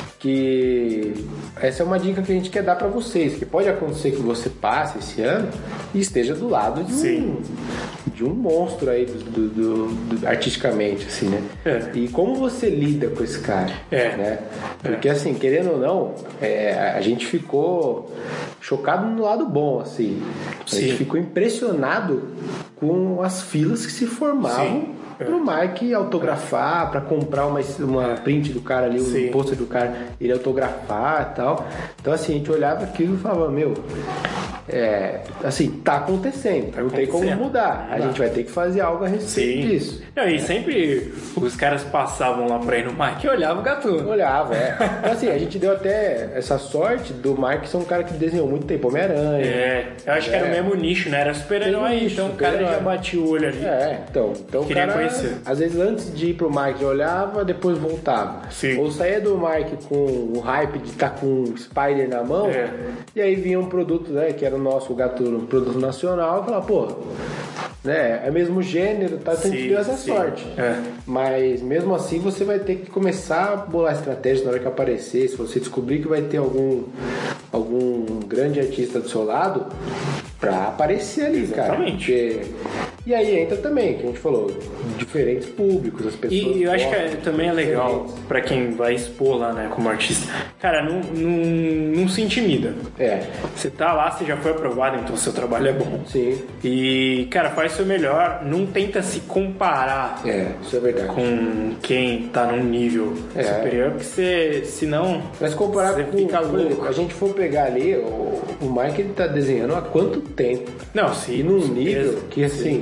que essa é uma dica que a gente quer dar para vocês, que pode acontecer que você passe esse ano e esteja do lado de um, de um monstro aí do, do, do, do, artisticamente, assim, né? É. E como você lida com esse cara, é. né? Porque é. assim, querendo ou não, é, a gente ficou chocado no lado bom, assim. A Sim. gente ficou impressionado com as filas que se formavam Sim. pro Mike autografar, para comprar uma, uma print do cara ali, um pôster do cara, ele autografar e tal. Então assim, a gente olhava aquilo e falava, meu, é, assim, tá acontecendo, tá não tem como mudar, a gente vai ter que fazer algo a respeito Sim. disso. Não, e sempre os caras passavam lá pra ir no Mike e olhavam o Gatuno. Olhava, é. Então assim, a gente deu até essa sorte do Mike ser um cara que desenhou muito tempo Homem-Aranha. É, eu acho é. que era o mesmo nicho, né? Era super-herói, então o cara já batia o olho ali. É, então, então o cara, conhecer. Às vezes antes de ir pro Mike olhava, depois voltava. Sim. Ou saía do Mike com o hype de estar tá com o Spider na mão, é. e aí vinha um produto, né, que era o nosso Gatuno, um produto nacional, e falava, pô, né, é mesmo gênero, tá? Então a gente deu essa sim. sorte. É. Mas mesmo assim você vai ter que começar a bolar estratégia na hora que aparecer. Se você descobrir que vai ter algum, algum grande artista do seu lado, pra aparecer ali, Exatamente. cara. Porque... E aí entra também, que a gente falou, diferentes públicos, as pessoas... E eu acho que é, também é legal pra quem vai expor lá, né, como artista. Cara, não, não, não se intimida. É. Você tá lá, você já foi aprovado, então o seu trabalho é bom. Sim. E, cara, faz o seu melhor, não tenta se comparar é, isso é verdade. com quem tá num nível é. superior, porque você, senão... Mas comparar você com... fica louco. A gente for pegar ali, o, o Mike, ele tá desenhando há quanto tempo? Não, sim. E num nível que, assim...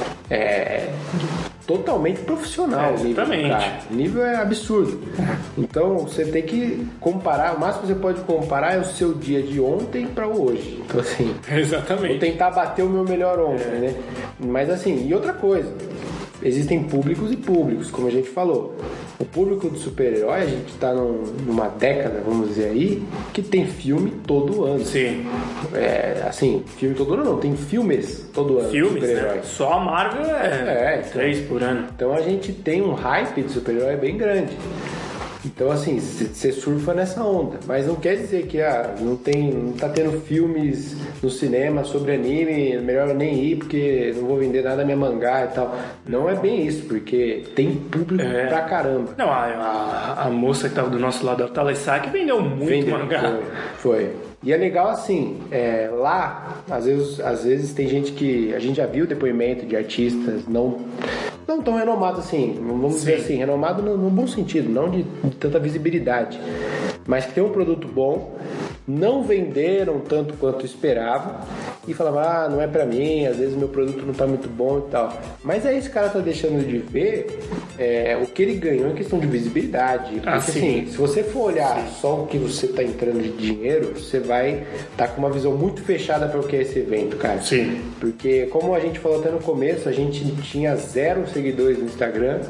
É totalmente profissional. É, exatamente. O nível, o nível é absurdo. Então você tem que comparar. O máximo que você pode comparar é o seu dia de ontem para hoje. Então assim, exatamente. Vou tentar bater o meu melhor ontem, é. né? Mas assim, e outra coisa, existem públicos e públicos, como a gente falou. O público do super-herói, a gente tá num, numa década, vamos dizer aí, que tem filme todo ano. Sim. É, assim, filme todo ano não, tem filmes todo ano. Filmes, né? Só a Marvel é, é então, três por ano. Então a gente tem um hype de super-herói bem grande. Então, assim, você surfa nessa onda. Mas não quer dizer que ah, não, tem, não tá tendo filmes no cinema sobre anime, melhor eu nem ir porque não vou vender nada da minha mangá e tal. Não é bem isso, porque tem público é. pra caramba. Não, a, a, a moça que tava do nosso lado, a Talesaki, vendeu muito vendeu, mangá. Foi, foi. E é legal assim, é, lá, às vezes, às vezes tem gente que... A gente já viu depoimento de artistas não... não tão renomado assim, vamos Sim. dizer assim, renomado no, no bom sentido, não de, de tanta visibilidade, mas que tem um produto bom, não venderam tanto quanto esperava e falavam, ah, não é pra mim, às vezes meu produto não tá muito bom e tal. Mas aí esse cara tá deixando de ver é, o que ele ganhou em questão de visibilidade. Porque ah, assim, se você for olhar sim. só o que você tá entrando de dinheiro, você vai estar tá com uma visão muito fechada para o que é esse evento, cara. Sim. Porque como a gente falou até no começo, a gente tinha zero seguidores no Instagram.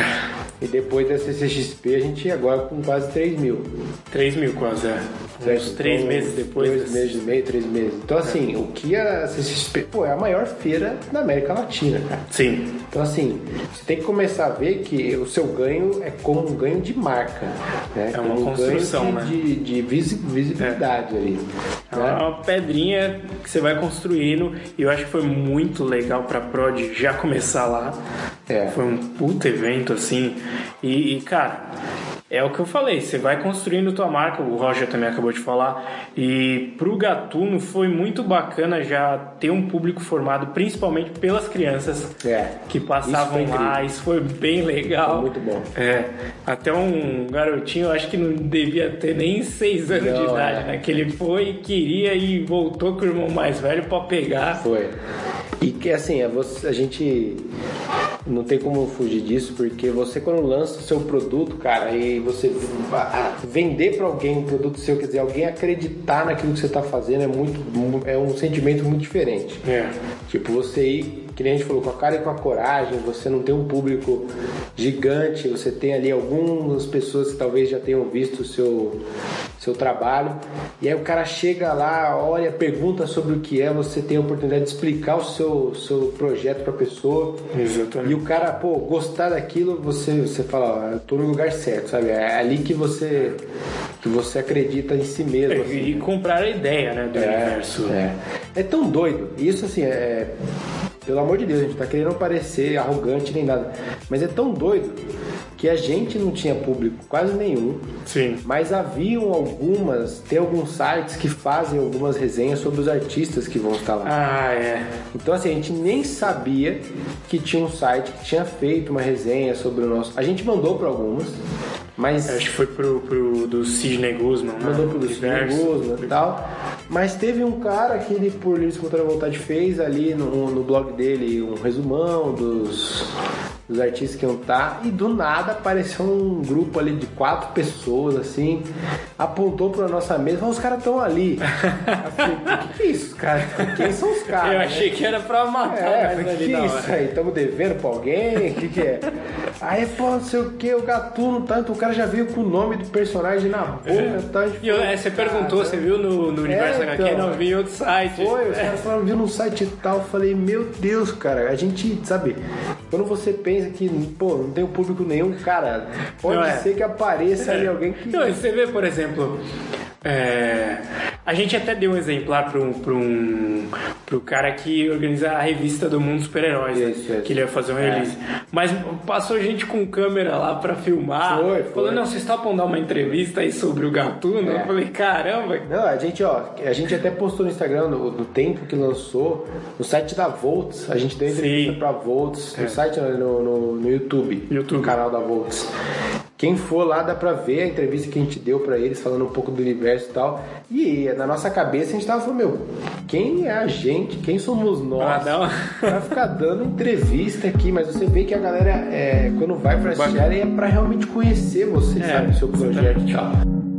E depois da C C X P a gente ia agora com quase três mil. três mil quase, é. Uns três então, meses depois. Dois desse... meses e meio, três meses. Então assim, é. o que a C C X P... Pô, é a maior feira da América Latina, cara. Sim. Então assim, você tem que começar a ver que o seu ganho é como um ganho de marca. Né? É uma como construção, um ganho de, né? de, de visibilidade é. ali. É né? uma pedrinha que você vai construindo. E eu acho que foi muito legal pra Prod já começar lá. É. Foi um puta evento, assim. E, e, cara, é o que eu falei, você vai construindo tua marca, o Roger também acabou de falar. E pro Gatuno foi muito bacana já ter um público formado, principalmente pelas crianças É. que passavam Isso foi lá. Isso foi bem legal. Foi muito bom. É. Até um garotinho, acho que não devia ter nem seis anos Não, de idade, é. né? Que ele foi, queria e voltou com o irmão mais velho pra pegar. Foi. E que assim, a, você, a gente não tem como fugir disso, porque você quando lança o seu produto, cara, e você ah, vender para alguém um produto seu, quer dizer, alguém acreditar naquilo que você tá fazendo é muito, é um sentimento muito diferente. É. Tipo, você ir, que nem a gente falou, com a cara e com a coragem, você não tem um público gigante, você tem ali algumas pessoas que talvez já tenham visto o seu, seu trabalho, e aí o cara chega lá, olha, pergunta sobre o que é, você tem a oportunidade de explicar o seu, seu projeto para a pessoa. Exatamente. E o cara, pô, gostar daquilo, você, você fala, ó, eu tô no lugar certo, sabe? É ali que você, que você acredita em si mesmo. É, assim. e comprar a ideia, né, do É, universo. É. é tão doido. Isso, assim, é... Pelo amor de Deus, a gente tá querendo parecer arrogante nem nada. Mas é tão doido que a gente não tinha público quase nenhum. Sim. Mas haviam algumas... Tem alguns sites que fazem algumas resenhas sobre os artistas que vão estar lá. Ah, é. Então, assim, a gente nem sabia que tinha um site que tinha feito uma resenha sobre o nosso... A gente mandou para algumas, mas... Acho que foi pro, pro do Sidney Guzman, né? Mandou pro Sidney Guzman e tal. Mas teve um cara que ele, por livre e espontânea vontade, fez ali no, no blog dele um resumão dos, dos artistas que iam estar. E do nada apareceu um grupo ali de quatro pessoas, assim. Apontou pra nossa mesa e falou, os caras estão ali. Eu falei, o que, que é isso, cara? Quem são os caras? Eu né? achei que era pra matar, É, mas o que ali é na isso hora. aí? Estamos devendo pra alguém? O que, que é? Aí, pô, não sei o que, o Gatuno, tanto, o cara já veio com o nome do personagem na boca, É. tá? E eu, é, você perguntou, você viu no, no Universo É, H Q? então. Não, vi em outro site. Foi, os É. caras falaram, viu no site e tal, eu falei, meu Deus, cara, a gente, sabe, quando você pensa que, pô, não tem público nenhum, cara, pode Não é. ser que apareça ali alguém que... Não, e você vê, por exemplo, é, a gente até deu um exemplar para um, pra um pro cara que organiza a revista do Mundo dos Super-Heróis, né? Isso, isso. Que ele ia fazer um release. É. Mas passou gente com câmera lá para filmar, Foi, foi. falando, não, vocês topam dar uma entrevista aí sobre o Gatuno? É. Eu falei, caramba. Não, a gente, ó, a gente até postou no Instagram, no, no tempo que lançou, no site da Volts, a gente deu entrevista Sim. pra Volts, no É. site, no, no, no YouTube, YouTube. no canal da Volts. Quem for lá dá pra ver a entrevista que a gente deu pra eles, falando um pouco do universo e tal. E na nossa cabeça a gente tava falando, meu, quem é a gente? Quem somos nós? Ah, não. Pra ficar dando entrevista aqui, mas você vê que a galera, é, quando vai pra assistir, é pra realmente conhecer você, É, sabe? O seu projeto e tal.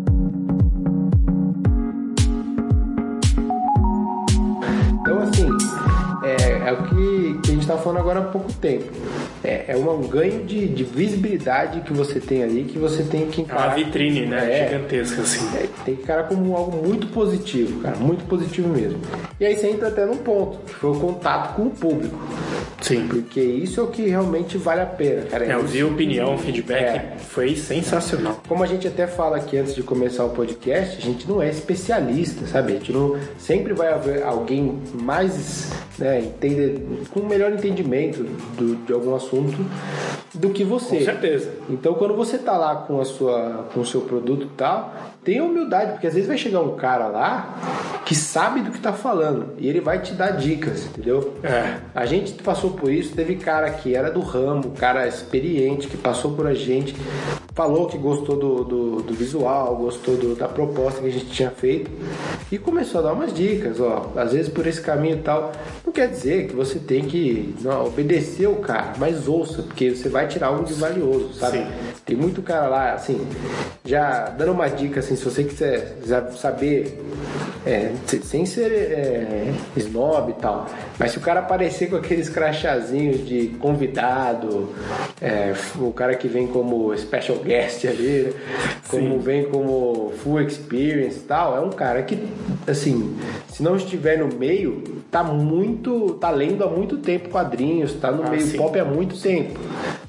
Então, assim, é, é o que, que a gente está falando agora há pouco tempo. É, é um ganho de, de visibilidade que você tem ali, que você tem que É uma encarar. vitrine, né? É. Gigantesca, assim. É, tem que encarar como algo muito positivo, cara, muito positivo mesmo. E aí você entra até num ponto, que foi o contato com o público. Sim. Porque isso é o que realmente vale a pena, cara. É, eu vi Isso- opinião, feedback, É. foi sensacional. Como a gente até fala aqui antes de começar o podcast, a gente não é especialista, sabe? A gente não sempre vai haver alguém mais, né, entender, com um melhor entendimento do, de algum assunto do que você. Com certeza. Então, quando você tá lá com a sua, com o seu produto e tal, tenha humildade, porque às vezes vai chegar um cara lá que sabe do que tá falando e ele vai te dar dicas, entendeu? É. A gente passou por isso, teve cara que era do ramo, cara experiente, que passou por a gente, falou que gostou do, do, do visual, gostou do, da proposta que a gente tinha feito e começou a dar umas dicas, ó, às vezes por esse caminho e tal. Não quer dizer que você tem que não, obedecer o cara, mas ouça, porque você vai tirar algo de valioso, sabe? Sim. Tem muito cara lá, assim, já dando uma dica, assim, se você quiser saber, é, sem ser é, snob e tal, mas se o cara aparecer com aqueles crachazinhos de convidado, é, o cara que vem como special guest ali, né? Como Sim. vem como full experience e tal, é um cara que, assim, se não estiver no meio, tá muito, tá lendo há muito tempo quadrinhos, tá no Ah, meio sim. pop há muito tempo.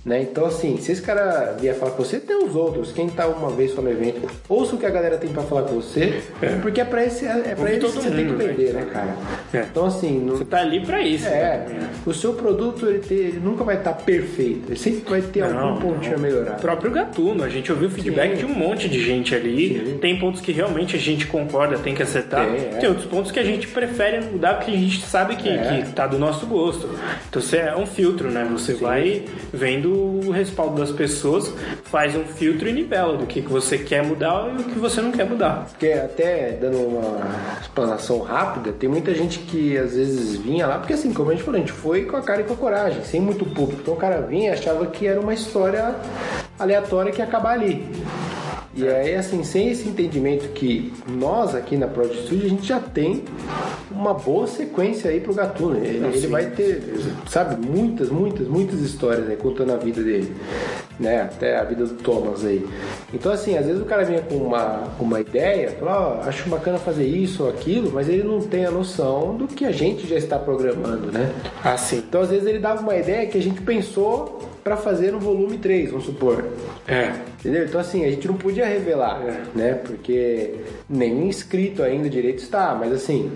Né? Então, assim, se esse cara vier falar com você, tem os outros. Quem tá uma vez só no evento, ouça o que a galera tem pra falar com você, é. porque é pra, esse, é pra eles que você tem que vender, né, cara? É. Então, assim... No... Você tá ali pra isso. É. Né? O seu produto, ele, ter, ele nunca vai estar tá perfeito. Ele sempre vai ter não, algum pontinho a melhorar. O próprio Gatuno, a gente ouviu feedback Sim. de um monte de gente ali. Sim. Tem pontos que realmente a gente concorda, tem que acertar. Tem, é. tem outros pontos que a gente prefere mudar porque a gente sabe que, é. que tá do nosso gosto. Então, você é um filtro, né? Você Sim. vai vendo o respaldo das pessoas, faz um filtro e nivela do que, que você quer mudar e o que você não quer mudar. Porque até dando uma explanação rápida, tem muita gente que às vezes vinha lá, porque assim, como a gente falou, a gente foi com a cara e com a coragem, sem muito público. Então o cara vinha e achava que era uma história aleatória que ia acabar ali. E aí, assim, sem esse entendimento que nós aqui na Prod Studio, a gente já tem uma boa sequência aí pro Gatuno. Ele, Não, ele vai ter, sabe, muitas, muitas, muitas histórias aí contando a vida dele, né? Até a vida do Thomas aí. Então, assim, às vezes o cara vinha com uma, uma ideia, fala, oh, acho bacana fazer isso ou aquilo, mas ele não tem a noção do que a gente já está programando, né? Ah, sim. Então, às vezes ele dava uma ideia que a gente pensou para fazer no volume três, vamos supor. É. Entendeu? Então, assim, a gente não podia revelar, é. né? Porque nem escrito ainda direito está, mas assim,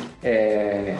é...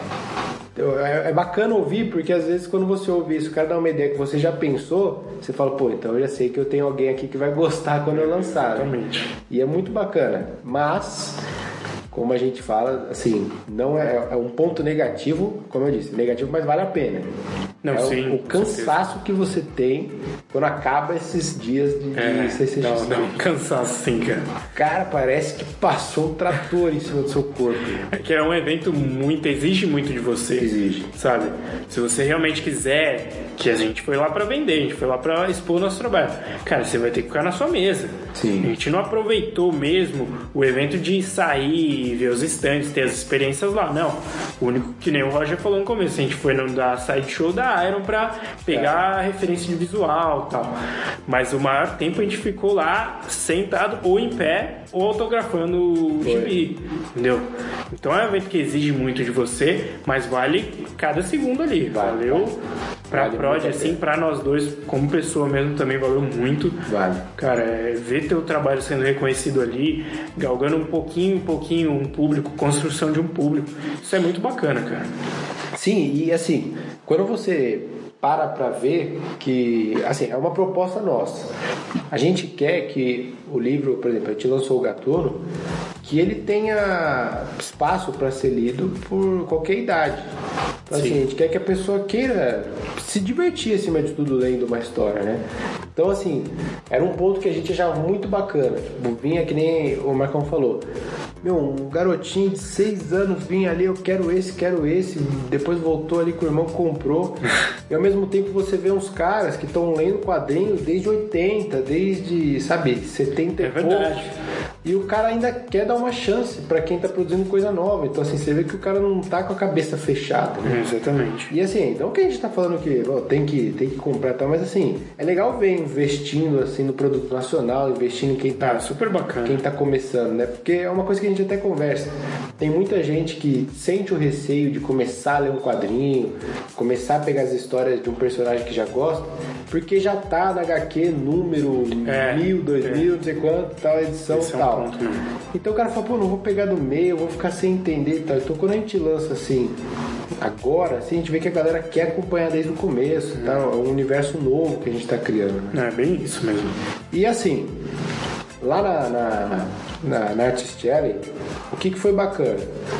é bacana ouvir, porque às vezes quando você ouve isso, o cara dá uma ideia que você já pensou, você fala, pô, então eu já sei que eu tenho alguém aqui que vai gostar quando eu lançar. Exatamente. Né? E é muito bacana, mas... como a gente fala, assim, não é, é um ponto negativo, como eu disse, negativo, mas vale a pena. Não, é sim, o, o cansaço que você tem quando acaba esses dias de, é, de C C X. Não, não, cansaço sim, cara. Cara, parece que passou um trator em cima do seu corpo. É que é um evento muito, exige muito de você. Exige. Sabe? Se você realmente quiser, que a gente foi lá pra vender, a gente foi lá pra expor nosso trabalho. Cara, você vai ter que ficar na sua mesa. Sim. A gente não aproveitou mesmo o evento de sair, ver os stands, ter as experiências lá. Não. O único que nem o Roger falou no começo, a gente foi no da side show da Iron pra pegar é. a referência de visual e tal. Mas o maior tempo a gente ficou lá sentado ou em pé ou autografando o gibi, entendeu? Então é um evento que exige muito de você, mas vale cada segundo ali. Vale, valeu vale. pra vale Prod, assim, pra nós dois, como pessoa mesmo, também valeu muito. Vale. Cara, é, ver teu trabalho sendo reconhecido ali, galgando um pouquinho, um pouquinho um público, construção de um público. Isso é muito bacana, cara. Sim, e assim, quando você para pra ver que, assim, é uma proposta nossa. A gente quer que o livro, por exemplo, a gente lançou o Gatuno, que ele tenha espaço para ser lido por qualquer idade. Então, assim, a gente quer que a pessoa queira se divertir, acima de tudo, lendo uma história, né? Então, assim, era um ponto que a gente achava muito bacana. Tipo, vinha que nem o Marcão falou. Meu, um garotinho de seis anos vinha ali, eu quero esse, quero esse. Depois voltou ali que o irmão comprou. E ao mesmo tempo você vê uns caras que estão lendo quadrinhos desde oitenta, desde, sabe, setenta e pouco. E o cara ainda quer dar uma chance pra quem tá produzindo coisa nova. Então, assim, você vê que o cara não tá com a cabeça fechada, né? Exatamente. E assim, não que a gente tá falando que ó, tem que tem que comprar e tal, mas assim, é legal ver investindo assim no produto nacional, investindo em quem tá... Ah, super bacana. Quem tá começando, né? Porque é uma coisa que a gente até conversa. Tem muita gente que sente o receio de começar a ler um quadrinho, começar a pegar as histórias de um personagem que já gosta, porque já tá na H Q número é, mil, dois é. mil, não sei quanto, tal edição e tal. Ponto, então o cara fala, pô, não vou pegar do meio, eu vou ficar sem entender e tal. Então quando a gente lança assim, agora, assim, a gente vê que a galera quer acompanhar desde o começo, hum. tá? É um universo novo que a gente tá criando. É bem isso mesmo. E assim, lá na, na, na, na Artist Alley, o que, que foi bacana?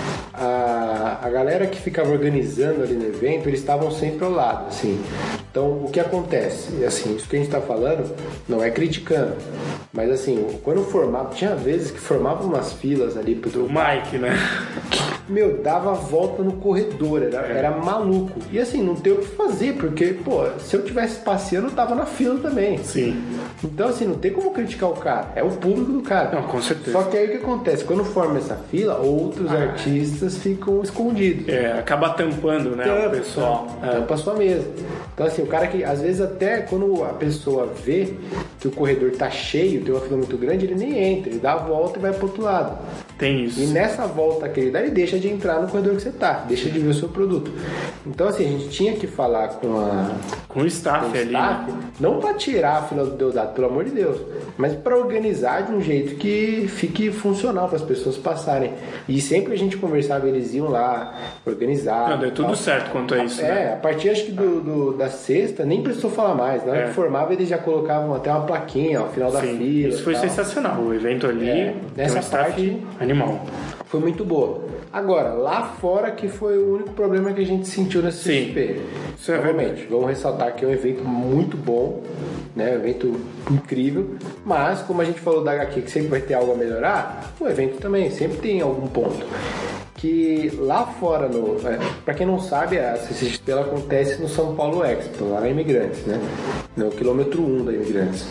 A, a galera que ficava organizando ali no evento, eles estavam sempre ao lado, assim. Então, o que acontece? Assim, isso que a gente está falando não é criticando, mas assim, quando formava, tinha vezes que formava umas filas ali pro o Mike, né? Meu, dava a volta no corredor, era, é. era maluco. E assim, não tem o que fazer, porque, pô, se eu tivesse passeando, eu tava na fila também. Sim. Então, assim, não tem como criticar o cara, é o público do cara. Não, com certeza. Só que aí o que acontece? Quando forma essa fila, outros ah. artistas ficam escondidos. É, acaba tampando, né, Tampa, o pessoal. Tampa, é. tampa a sua mesa. Então, assim, o cara que, às vezes, até quando a pessoa vê que o corredor tá cheio, tem uma fila muito grande, ele nem entra, ele dá a volta e vai pro outro lado. Tem isso. E nessa volta que ele dá, ele deixa de entrar no corredor que você tá, deixa de ver o seu produto. Então, assim, a gente tinha que falar com a, Com o staff com ali. Staff, né? Não para tirar a fila do Deodato, pelo amor de Deus, mas para organizar de um jeito que fique funcional para as pessoas passarem. E sempre a gente conversava, eles iam lá organizar. Não, deu tudo tal. certo quanto a isso. É, né? a partir acho que do, do, da sexta, nem precisou falar mais. Na hora é. que formava, eles já colocavam até uma plaquinha ao final da Sim, fila. Isso foi tal. sensacional. O evento ali, é, nessa um parte animal. Foi muito boa. Agora, lá fora que foi o único problema que a gente sentiu nesse C X P. Isso é Realmente, vamos ressaltar que é um evento muito bom, né? Um evento incrível, mas como a gente falou da H Q que sempre vai ter algo a melhorar, o evento também sempre tem algum ponto. Que lá fora, no, é, para quem não sabe, a C C X P ela acontece no São Paulo Expo, lá na Imigrantes, né? No quilômetro um da Imigrantes.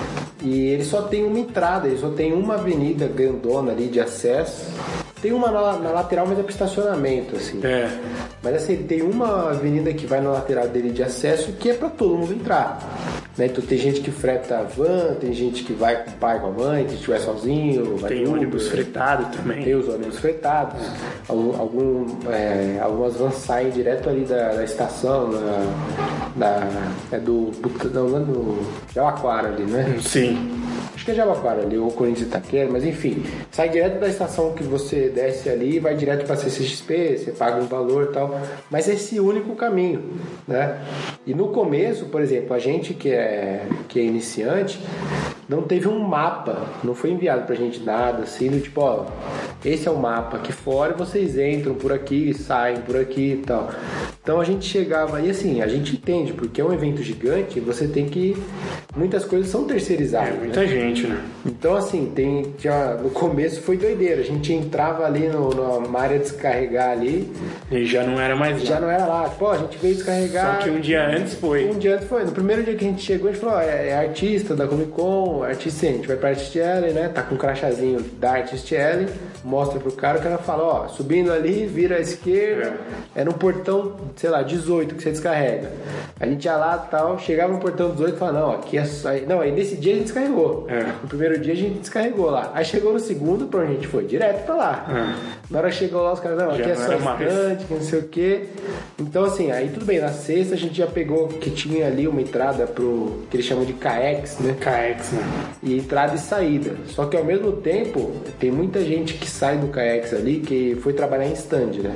E ele só tem uma entrada, ele só tem uma avenida grandona ali de acesso. Tem uma na, na lateral, mas é para estacionamento, assim. É. Mas assim, tem uma avenida que vai na lateral dele de acesso que é para todo mundo entrar. Né? Então tem gente que freta van, tem gente que vai com o pai, com a mãe, se estiver sozinho. Vai tem Uber, ônibus fretado também. Tem os ônibus fretados. Algum, algum, é, algumas vans saem direto ali da, da estação, da, da, é do, não, não é do Jabaquara ali, né? Sim. Acho que é Jabaquara ali, ou Corinthians Itaquera, mas enfim, sai direto da estação que você desce ali, vai direto para C C X P, você paga um valor e tal, mas é esse único caminho, né? E no começo, por exemplo, a gente que é, que é iniciante, não teve um mapa, não foi enviado pra gente nada, assim, do tipo, ó, esse é o mapa aqui fora e vocês entram por aqui, saem por aqui e tal. Então a gente chegava, e assim, a gente entende, porque é um evento gigante, você tem que, muitas coisas são terceirizadas. É, muita né? gente, né? Então assim, tem, já, no começo foi doideira, a gente entrava ali no, numa área de descarregar ali. E já não era mais lá. Já não era lá, tipo, ó, a gente veio descarregar. Só que um dia antes foi. Um dia antes foi, no primeiro dia que a gente chegou, a gente falou, ó, é, é artista da Comic Con, artista, a gente vai pra Artist Alley, né, tá com um crachazinho da Artist Alley, mostra pro cara, o cara fala, ó, subindo ali, vira à esquerda, é, é no portão, sei lá, dezoito que você descarrega. A gente ia lá e tal, chegava no portão dezoito e falava, não, aqui é só... Não, aí nesse dia a gente descarregou. É. No primeiro dia a gente descarregou lá. Aí chegou no segundo, pra onde a gente foi? Direto pra lá. É. Na hora que chegou lá, os caras, não, aqui já é só estante, que não sei o quê. Então, assim, aí tudo bem, na sexta a gente já pegou que tinha ali uma entrada pro que eles chamam de K X, né? K X, né? E entrada e saída. Só que ao mesmo tempo, tem muita gente que sai do K X ali que foi trabalhar em stand, né?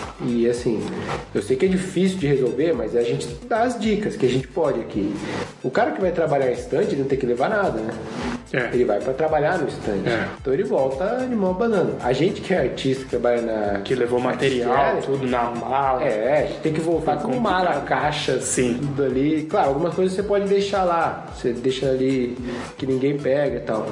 E assim, eu sei que é difícil de resolver, mas a gente dá as dicas que a gente pode aqui. O cara que vai trabalhar em stand, ele não tem que levar nada, né? É. Ele vai pra trabalhar no stand. É. Então ele volta de mão banana. A gente que é artista, que trabalha na... Que levou material, tudo na mala. É, a gente tem que voltar com mala, caixa, sim, tudo ali. Claro, algumas coisas você pode deixar lá. Você deixa ali que ninguém pega e tal.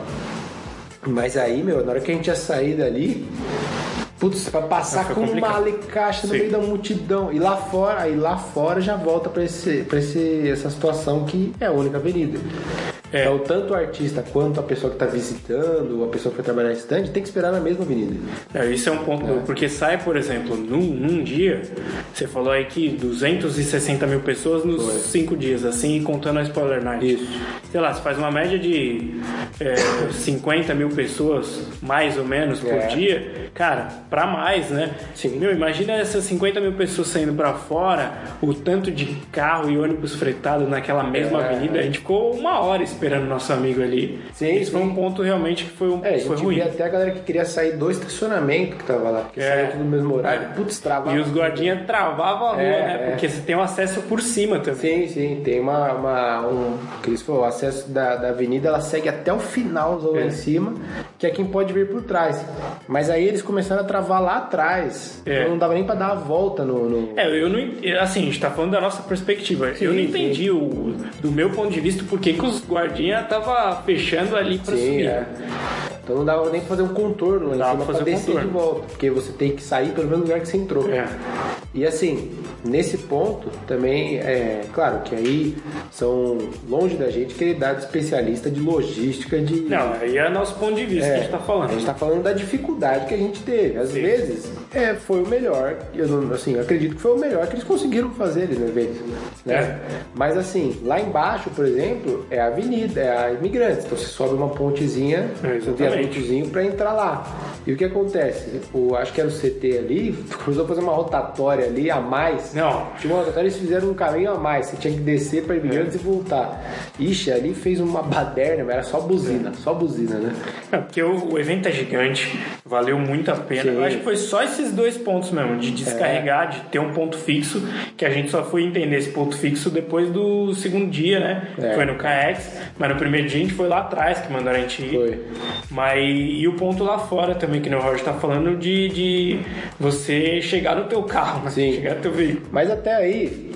Mas aí, meu, na hora que a gente ia sair dali... Putz, pra passar com mala e caixa no Sim. meio da multidão. E lá fora, aí lá fora já volta pra, esse, pra esse, essa situação que é a única avenida. É. Então, tanto o artista quanto a pessoa que está visitando, a pessoa que vai trabalhar em stand, tem que esperar na mesma avenida. É, isso é um ponto, é. porque sai, por exemplo, num, num dia, você falou aí que duzentas e sessenta mil pessoas nos Foi. cinco dias, assim, contando a Spoiler Night. Isso. Sei lá, você faz uma média de é, cinquenta mil pessoas, mais ou menos, por é. dia, cara, pra mais, né? Sim. Meu, imagina essas cinquenta mil pessoas saindo pra fora, o tanto de carro e ônibus fretados naquela mesma é. avenida, a gente ficou uma hora esperando nosso amigo ali. Sim, Isso sim. foi um ponto realmente que foi, um, é, foi a gente ruim. via até a galera que queria sair do estacionamento que tava lá, porque é. saía tudo no mesmo horário. Putz, travava. E os guardinhas travavam a rua, é, né? É. Porque você tem um acesso por cima também. Sim, sim. Tem uma... uma um, que eles falaram, o acesso da, da avenida, ela segue até o final lá é. em cima, que é quem pode vir por trás. Mas aí eles começaram a travar lá atrás. É. Então não dava nem pra dar a volta no... no... É, eu não... Assim, a gente tá falando da nossa perspectiva. Sim, eu não entendi, o, do meu ponto de vista, por que que os guardinhas tava fechando ali pra Sim, subir. É. Então não dava nem pra fazer um contorno lá em cima pra, pra descer contorno. de volta. Porque você tem que sair pelo mesmo lugar que você entrou. É. E assim, nesse ponto também, é claro que aí são longe da gente querer dar de especialista de logística de... Não, aí é nosso ponto de vista é, que a gente tá falando. A gente tá falando da dificuldade que a gente teve. Às Sim. vezes, é, foi o melhor, eu não, assim, eu acredito que foi o melhor que eles conseguiram fazer ali no evento. Né? É. Mas assim, lá embaixo, por exemplo, é a avenida, é a Imigrantes. Então você sobe uma pontezinha, um viadutozinho pra entrar lá. E o que acontece? O, acho que era o C T ali, começou a fazer uma rotatória rotatória ali a mais. Não. Tinha uma rotatória, eles fizeram um caminho a mais. Você tinha que descer pra ir antes e voltar. Ixi, ali fez uma baderna, era só buzina, só buzina, né? É, porque o, o evento é gigante, valeu muito a pena. Sim. Eu acho que foi só esses dois pontos mesmo, de descarregar, é. de ter um ponto fixo, que a gente só foi entender esse ponto fixo depois do segundo dia, né? É. Foi no K X, mas no primeiro dia a gente foi lá atrás que mandaram a gente ir. Foi. Mas, e o ponto lá fora também, que o Roger tá falando, de, de você chegar no teu carro, né? Sim. Chegar no teu veículo. Mas até aí,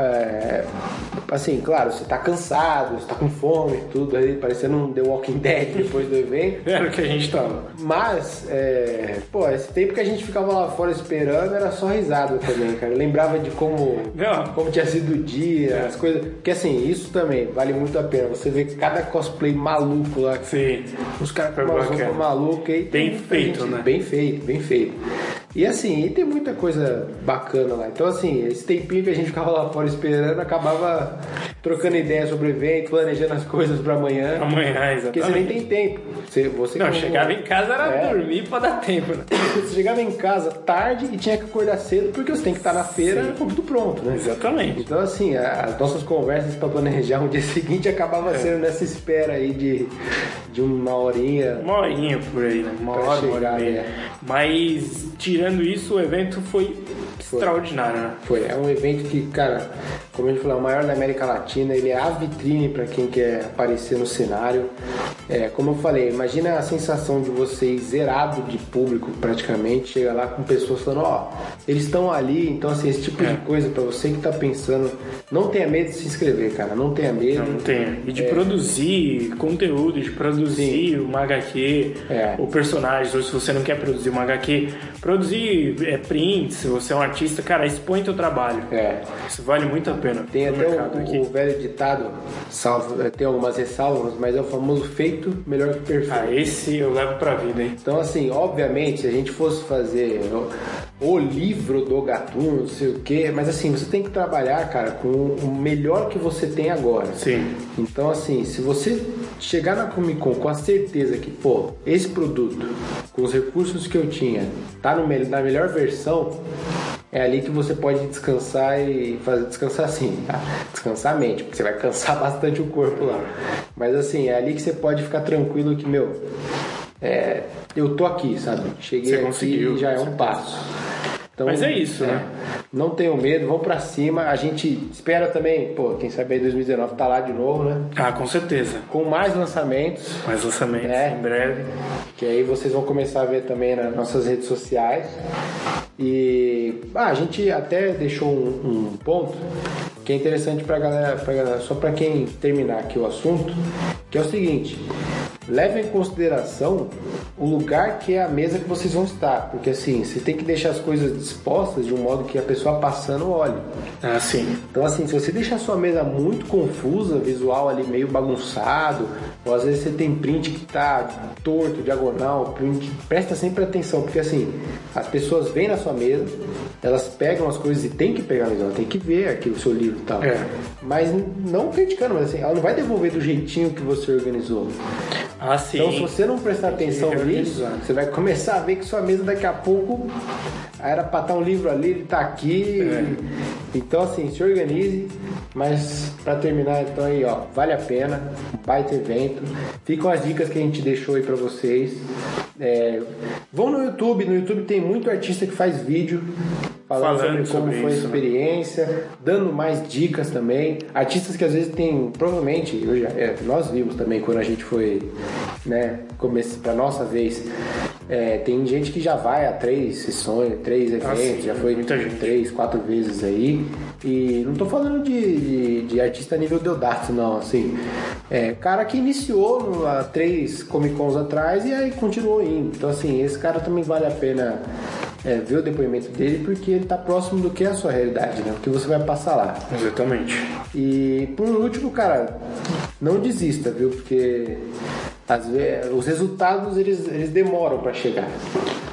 é, assim, claro, você tá cansado, você tá com fome, tudo aí, parecendo um The Walking Dead depois do evento. Era o que a gente tava. Mas, é, pô, esse tempo que a gente ficava lá fora esperando era só risada também, cara. Eu lembrava de como, como tinha sido o dia, é. as coisas. Porque assim, isso também vale muito a pena. Você vê cada cosplay maluco lá. Sim. Os caras com uma roupa maluca aí. Bem feito, gente, né? Bem feito, bem feito. E assim, e tem muita coisa bacana lá. Então assim, esse tempinho que a gente ficava lá fora esperando, acabava trocando ideias sobre o evento, planejando as coisas pra amanhã. Amanhã, exatamente. Porque você nem tem tempo. Você, você Não, como... chegava em casa era é. dormir pra dar tempo, né? Você chegava em casa tarde e tinha que acordar cedo, porque você tem que estar na feira Sim. com tudo pronto, né? Exatamente. Então assim, as nossas conversas pra planejar um dia seguinte acabava é. sendo nessa espera aí de, de uma horinha. Uma horinha por aí, né? Uma hora, chegar, uma hora e meia. É. Mas, tirando isso, o evento foi, foi extraordinário, né? Foi. É um evento que, cara, como a gente falou, é o maior da América Latina. Ele é a vitrine para quem quer aparecer no cenário. É, como eu falei, imagina a sensação de você ir zerado de público praticamente, chega lá com pessoas falando, ó, oh, eles estão ali. Então, assim, esse tipo é. de coisa para você que tá pensando, não tenha medo de se inscrever, cara, não tenha medo. Não, não tenha. E de é. produzir conteúdo, de produzir Sim. uma H Q, é. o personagem, ou se você não quer produzir uma H Q, produzir é, prints, se você é um artista, cara, expõe teu trabalho. É. Isso vale muito a pena. Tem até o, o velho ditado, salvo, tem algumas ressalvas, mas é o famoso feito melhor que perfeito. Ah, esse eu levo pra vida, hein? Então, assim, obviamente, se a gente fosse fazer o, o livro do Gatuno, não sei o quê, mas assim, você tem que trabalhar, cara, com o melhor que você tem agora. Sim. Então, assim, se você chegar na Comic Con com a certeza que, pô, esse produto, com os recursos que eu tinha, tá no, na melhor versão, é ali que você pode descansar e fazer descansar assim, tá? Descansar a mente, porque você vai cansar bastante o corpo lá. Mas assim, é ali que você pode ficar tranquilo que, meu, é, eu tô aqui, sabe? Cheguei aqui e já é um passo. Então, mas é isso, é, né? Não tenham medo, vão pra cima. A gente espera também, pô, quem sabe aí dois mil e dezenove tá lá de novo, né? Ah, com certeza. Com mais lançamentos. Mais lançamentos, né? Em breve. Que aí vocês vão começar a ver também nas nossas redes sociais. E ah, a gente até deixou um, um ponto que é interessante pra galera, pra galera, só pra quem terminar aqui o assunto, que é o seguinte: leve em consideração o lugar que é a mesa que vocês vão estar, porque assim, você tem que deixar as coisas dispostas de um modo que a pessoa passando olhe. Ah, sim. Então assim, se você deixar a sua mesa muito confusa, visual ali meio bagunçado, ou às vezes você tem print que tá torto, diagonal, print, presta sempre atenção, porque assim, as pessoas vêm na sua mesa, elas pegam as coisas e tem que pegar mesmo, ela tem que ver aqui o seu livro e tal. É. Mas não criticando, mas assim, ela não vai devolver do jeitinho que você organizou. Ah, sim. Então, se você não prestar atenção nisso, você vai começar a ver que sua mesa daqui a pouco era para estar um livro ali, ele tá aqui. É. Então, assim, se organize. Mas, para terminar, então aí, ó, vale a pena. Um baita evento. Ficam as dicas que a gente deixou aí para vocês. É, vão no YouTube. No YouTube tem muito artista que faz vídeo falando, falando sobre como sobre foi isso, a experiência, né? Dando mais dicas também. Artistas que às vezes tem, provavelmente, eu já, é, nós vimos também quando a gente foi, né, comece, pra nossa vez. É, tem gente que já vai a três sessões, três eventos, ah, sim, já foi muita gente. três, quatro vezes aí. E não tô falando de, de, de artista nível Deodato, não, assim. É, cara que iniciou no, há três Comic Cons atrás e aí continuou indo. Então, assim, esse cara também vale a pena é, ver o depoimento dele, porque ele tá próximo do que é a sua realidade, né? O que você vai passar lá. Exatamente. E por último, cara, não desista, viu? Porque às vezes, os resultados eles, eles demoram para chegar.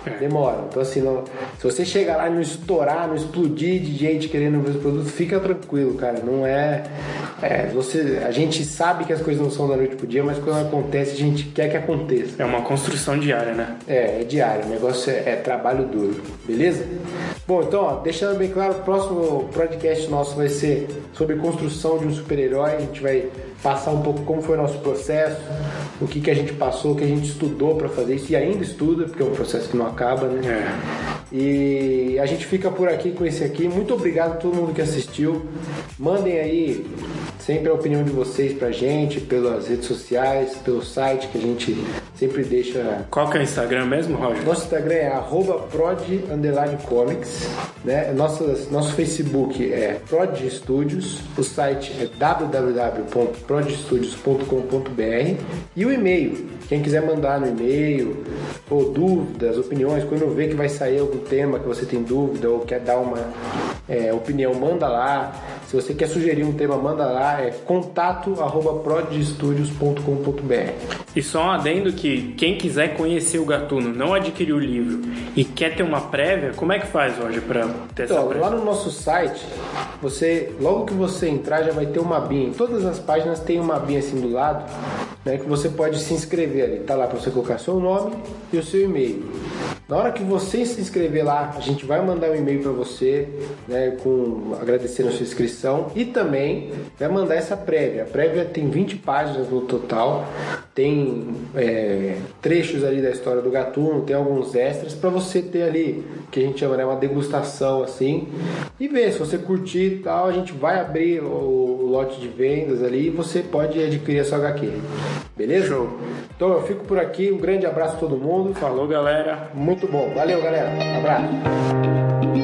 É. Demoram. Então, assim, não, se você chegar lá e não estourar, não explodir de gente querendo ver os produtos, fica tranquilo, cara. Não é, é. você, a gente sabe que as coisas não são da noite pro dia, mas quando acontece, a gente quer que aconteça. É uma construção diária, né? É, é diário. O negócio é, é trabalho duro. Beleza? Bom, então, ó, deixando bem claro, o próximo podcast nosso vai ser sobre construção de um super-herói. A gente vai passar um pouco como foi o nosso processo, o que, que a gente passou, o que a gente estudou para fazer isso e ainda estuda, porque é um processo que não acaba, né? É. E a gente fica por aqui com esse aqui. Muito obrigado a todo mundo que assistiu. Mandem aí sempre a opinião de vocês pra gente, pelas redes sociais, pelo site que a gente sempre deixa. Qual que é o Instagram mesmo, Roger? Nosso Instagram é arroba prod underline comics, né? Nosso, nosso Facebook é Prod Studios, o site é w w w ponto prod studios ponto com ponto b r e o e-mail. Quem quiser mandar no e-mail, ou dúvidas, opiniões, quando vê que vai sair algum tema que você tem dúvida ou quer dar uma é, opinião, manda lá. Se você quer sugerir um tema, manda lá, é contato arroba prod studios ponto com ponto b r. E só um adendo que quem quiser conhecer o Gatuno, não adquirir o livro e quer ter uma prévia, como é que faz, Roger, para ter então, essa prévia? Lá no nosso site, você, logo que você entrar, já vai ter uma abinha. Em todas as páginas tem uma abinha assim do lado, né, que você pode se inscrever ali. Tá lá para você colocar seu nome e o seu e-mail. Na hora que você se inscrever lá, a gente vai mandar um e-mail para você, né, com, agradecendo a sua inscrição e também vai mandar essa prévia. A prévia tem vinte páginas no total, tem é, trechos ali da história do Gatuno, tem alguns extras para você ter ali, que a gente chama, né, uma degustação assim, e ver se você curtir e tal. A gente vai abrir o, o lote de vendas ali e você pode adquirir a sua agá quê. Beleza? Show. Então eu fico por aqui, um grande abraço a todo mundo. Falou, galera. Muito bom. Valeu, galera. Um abraço.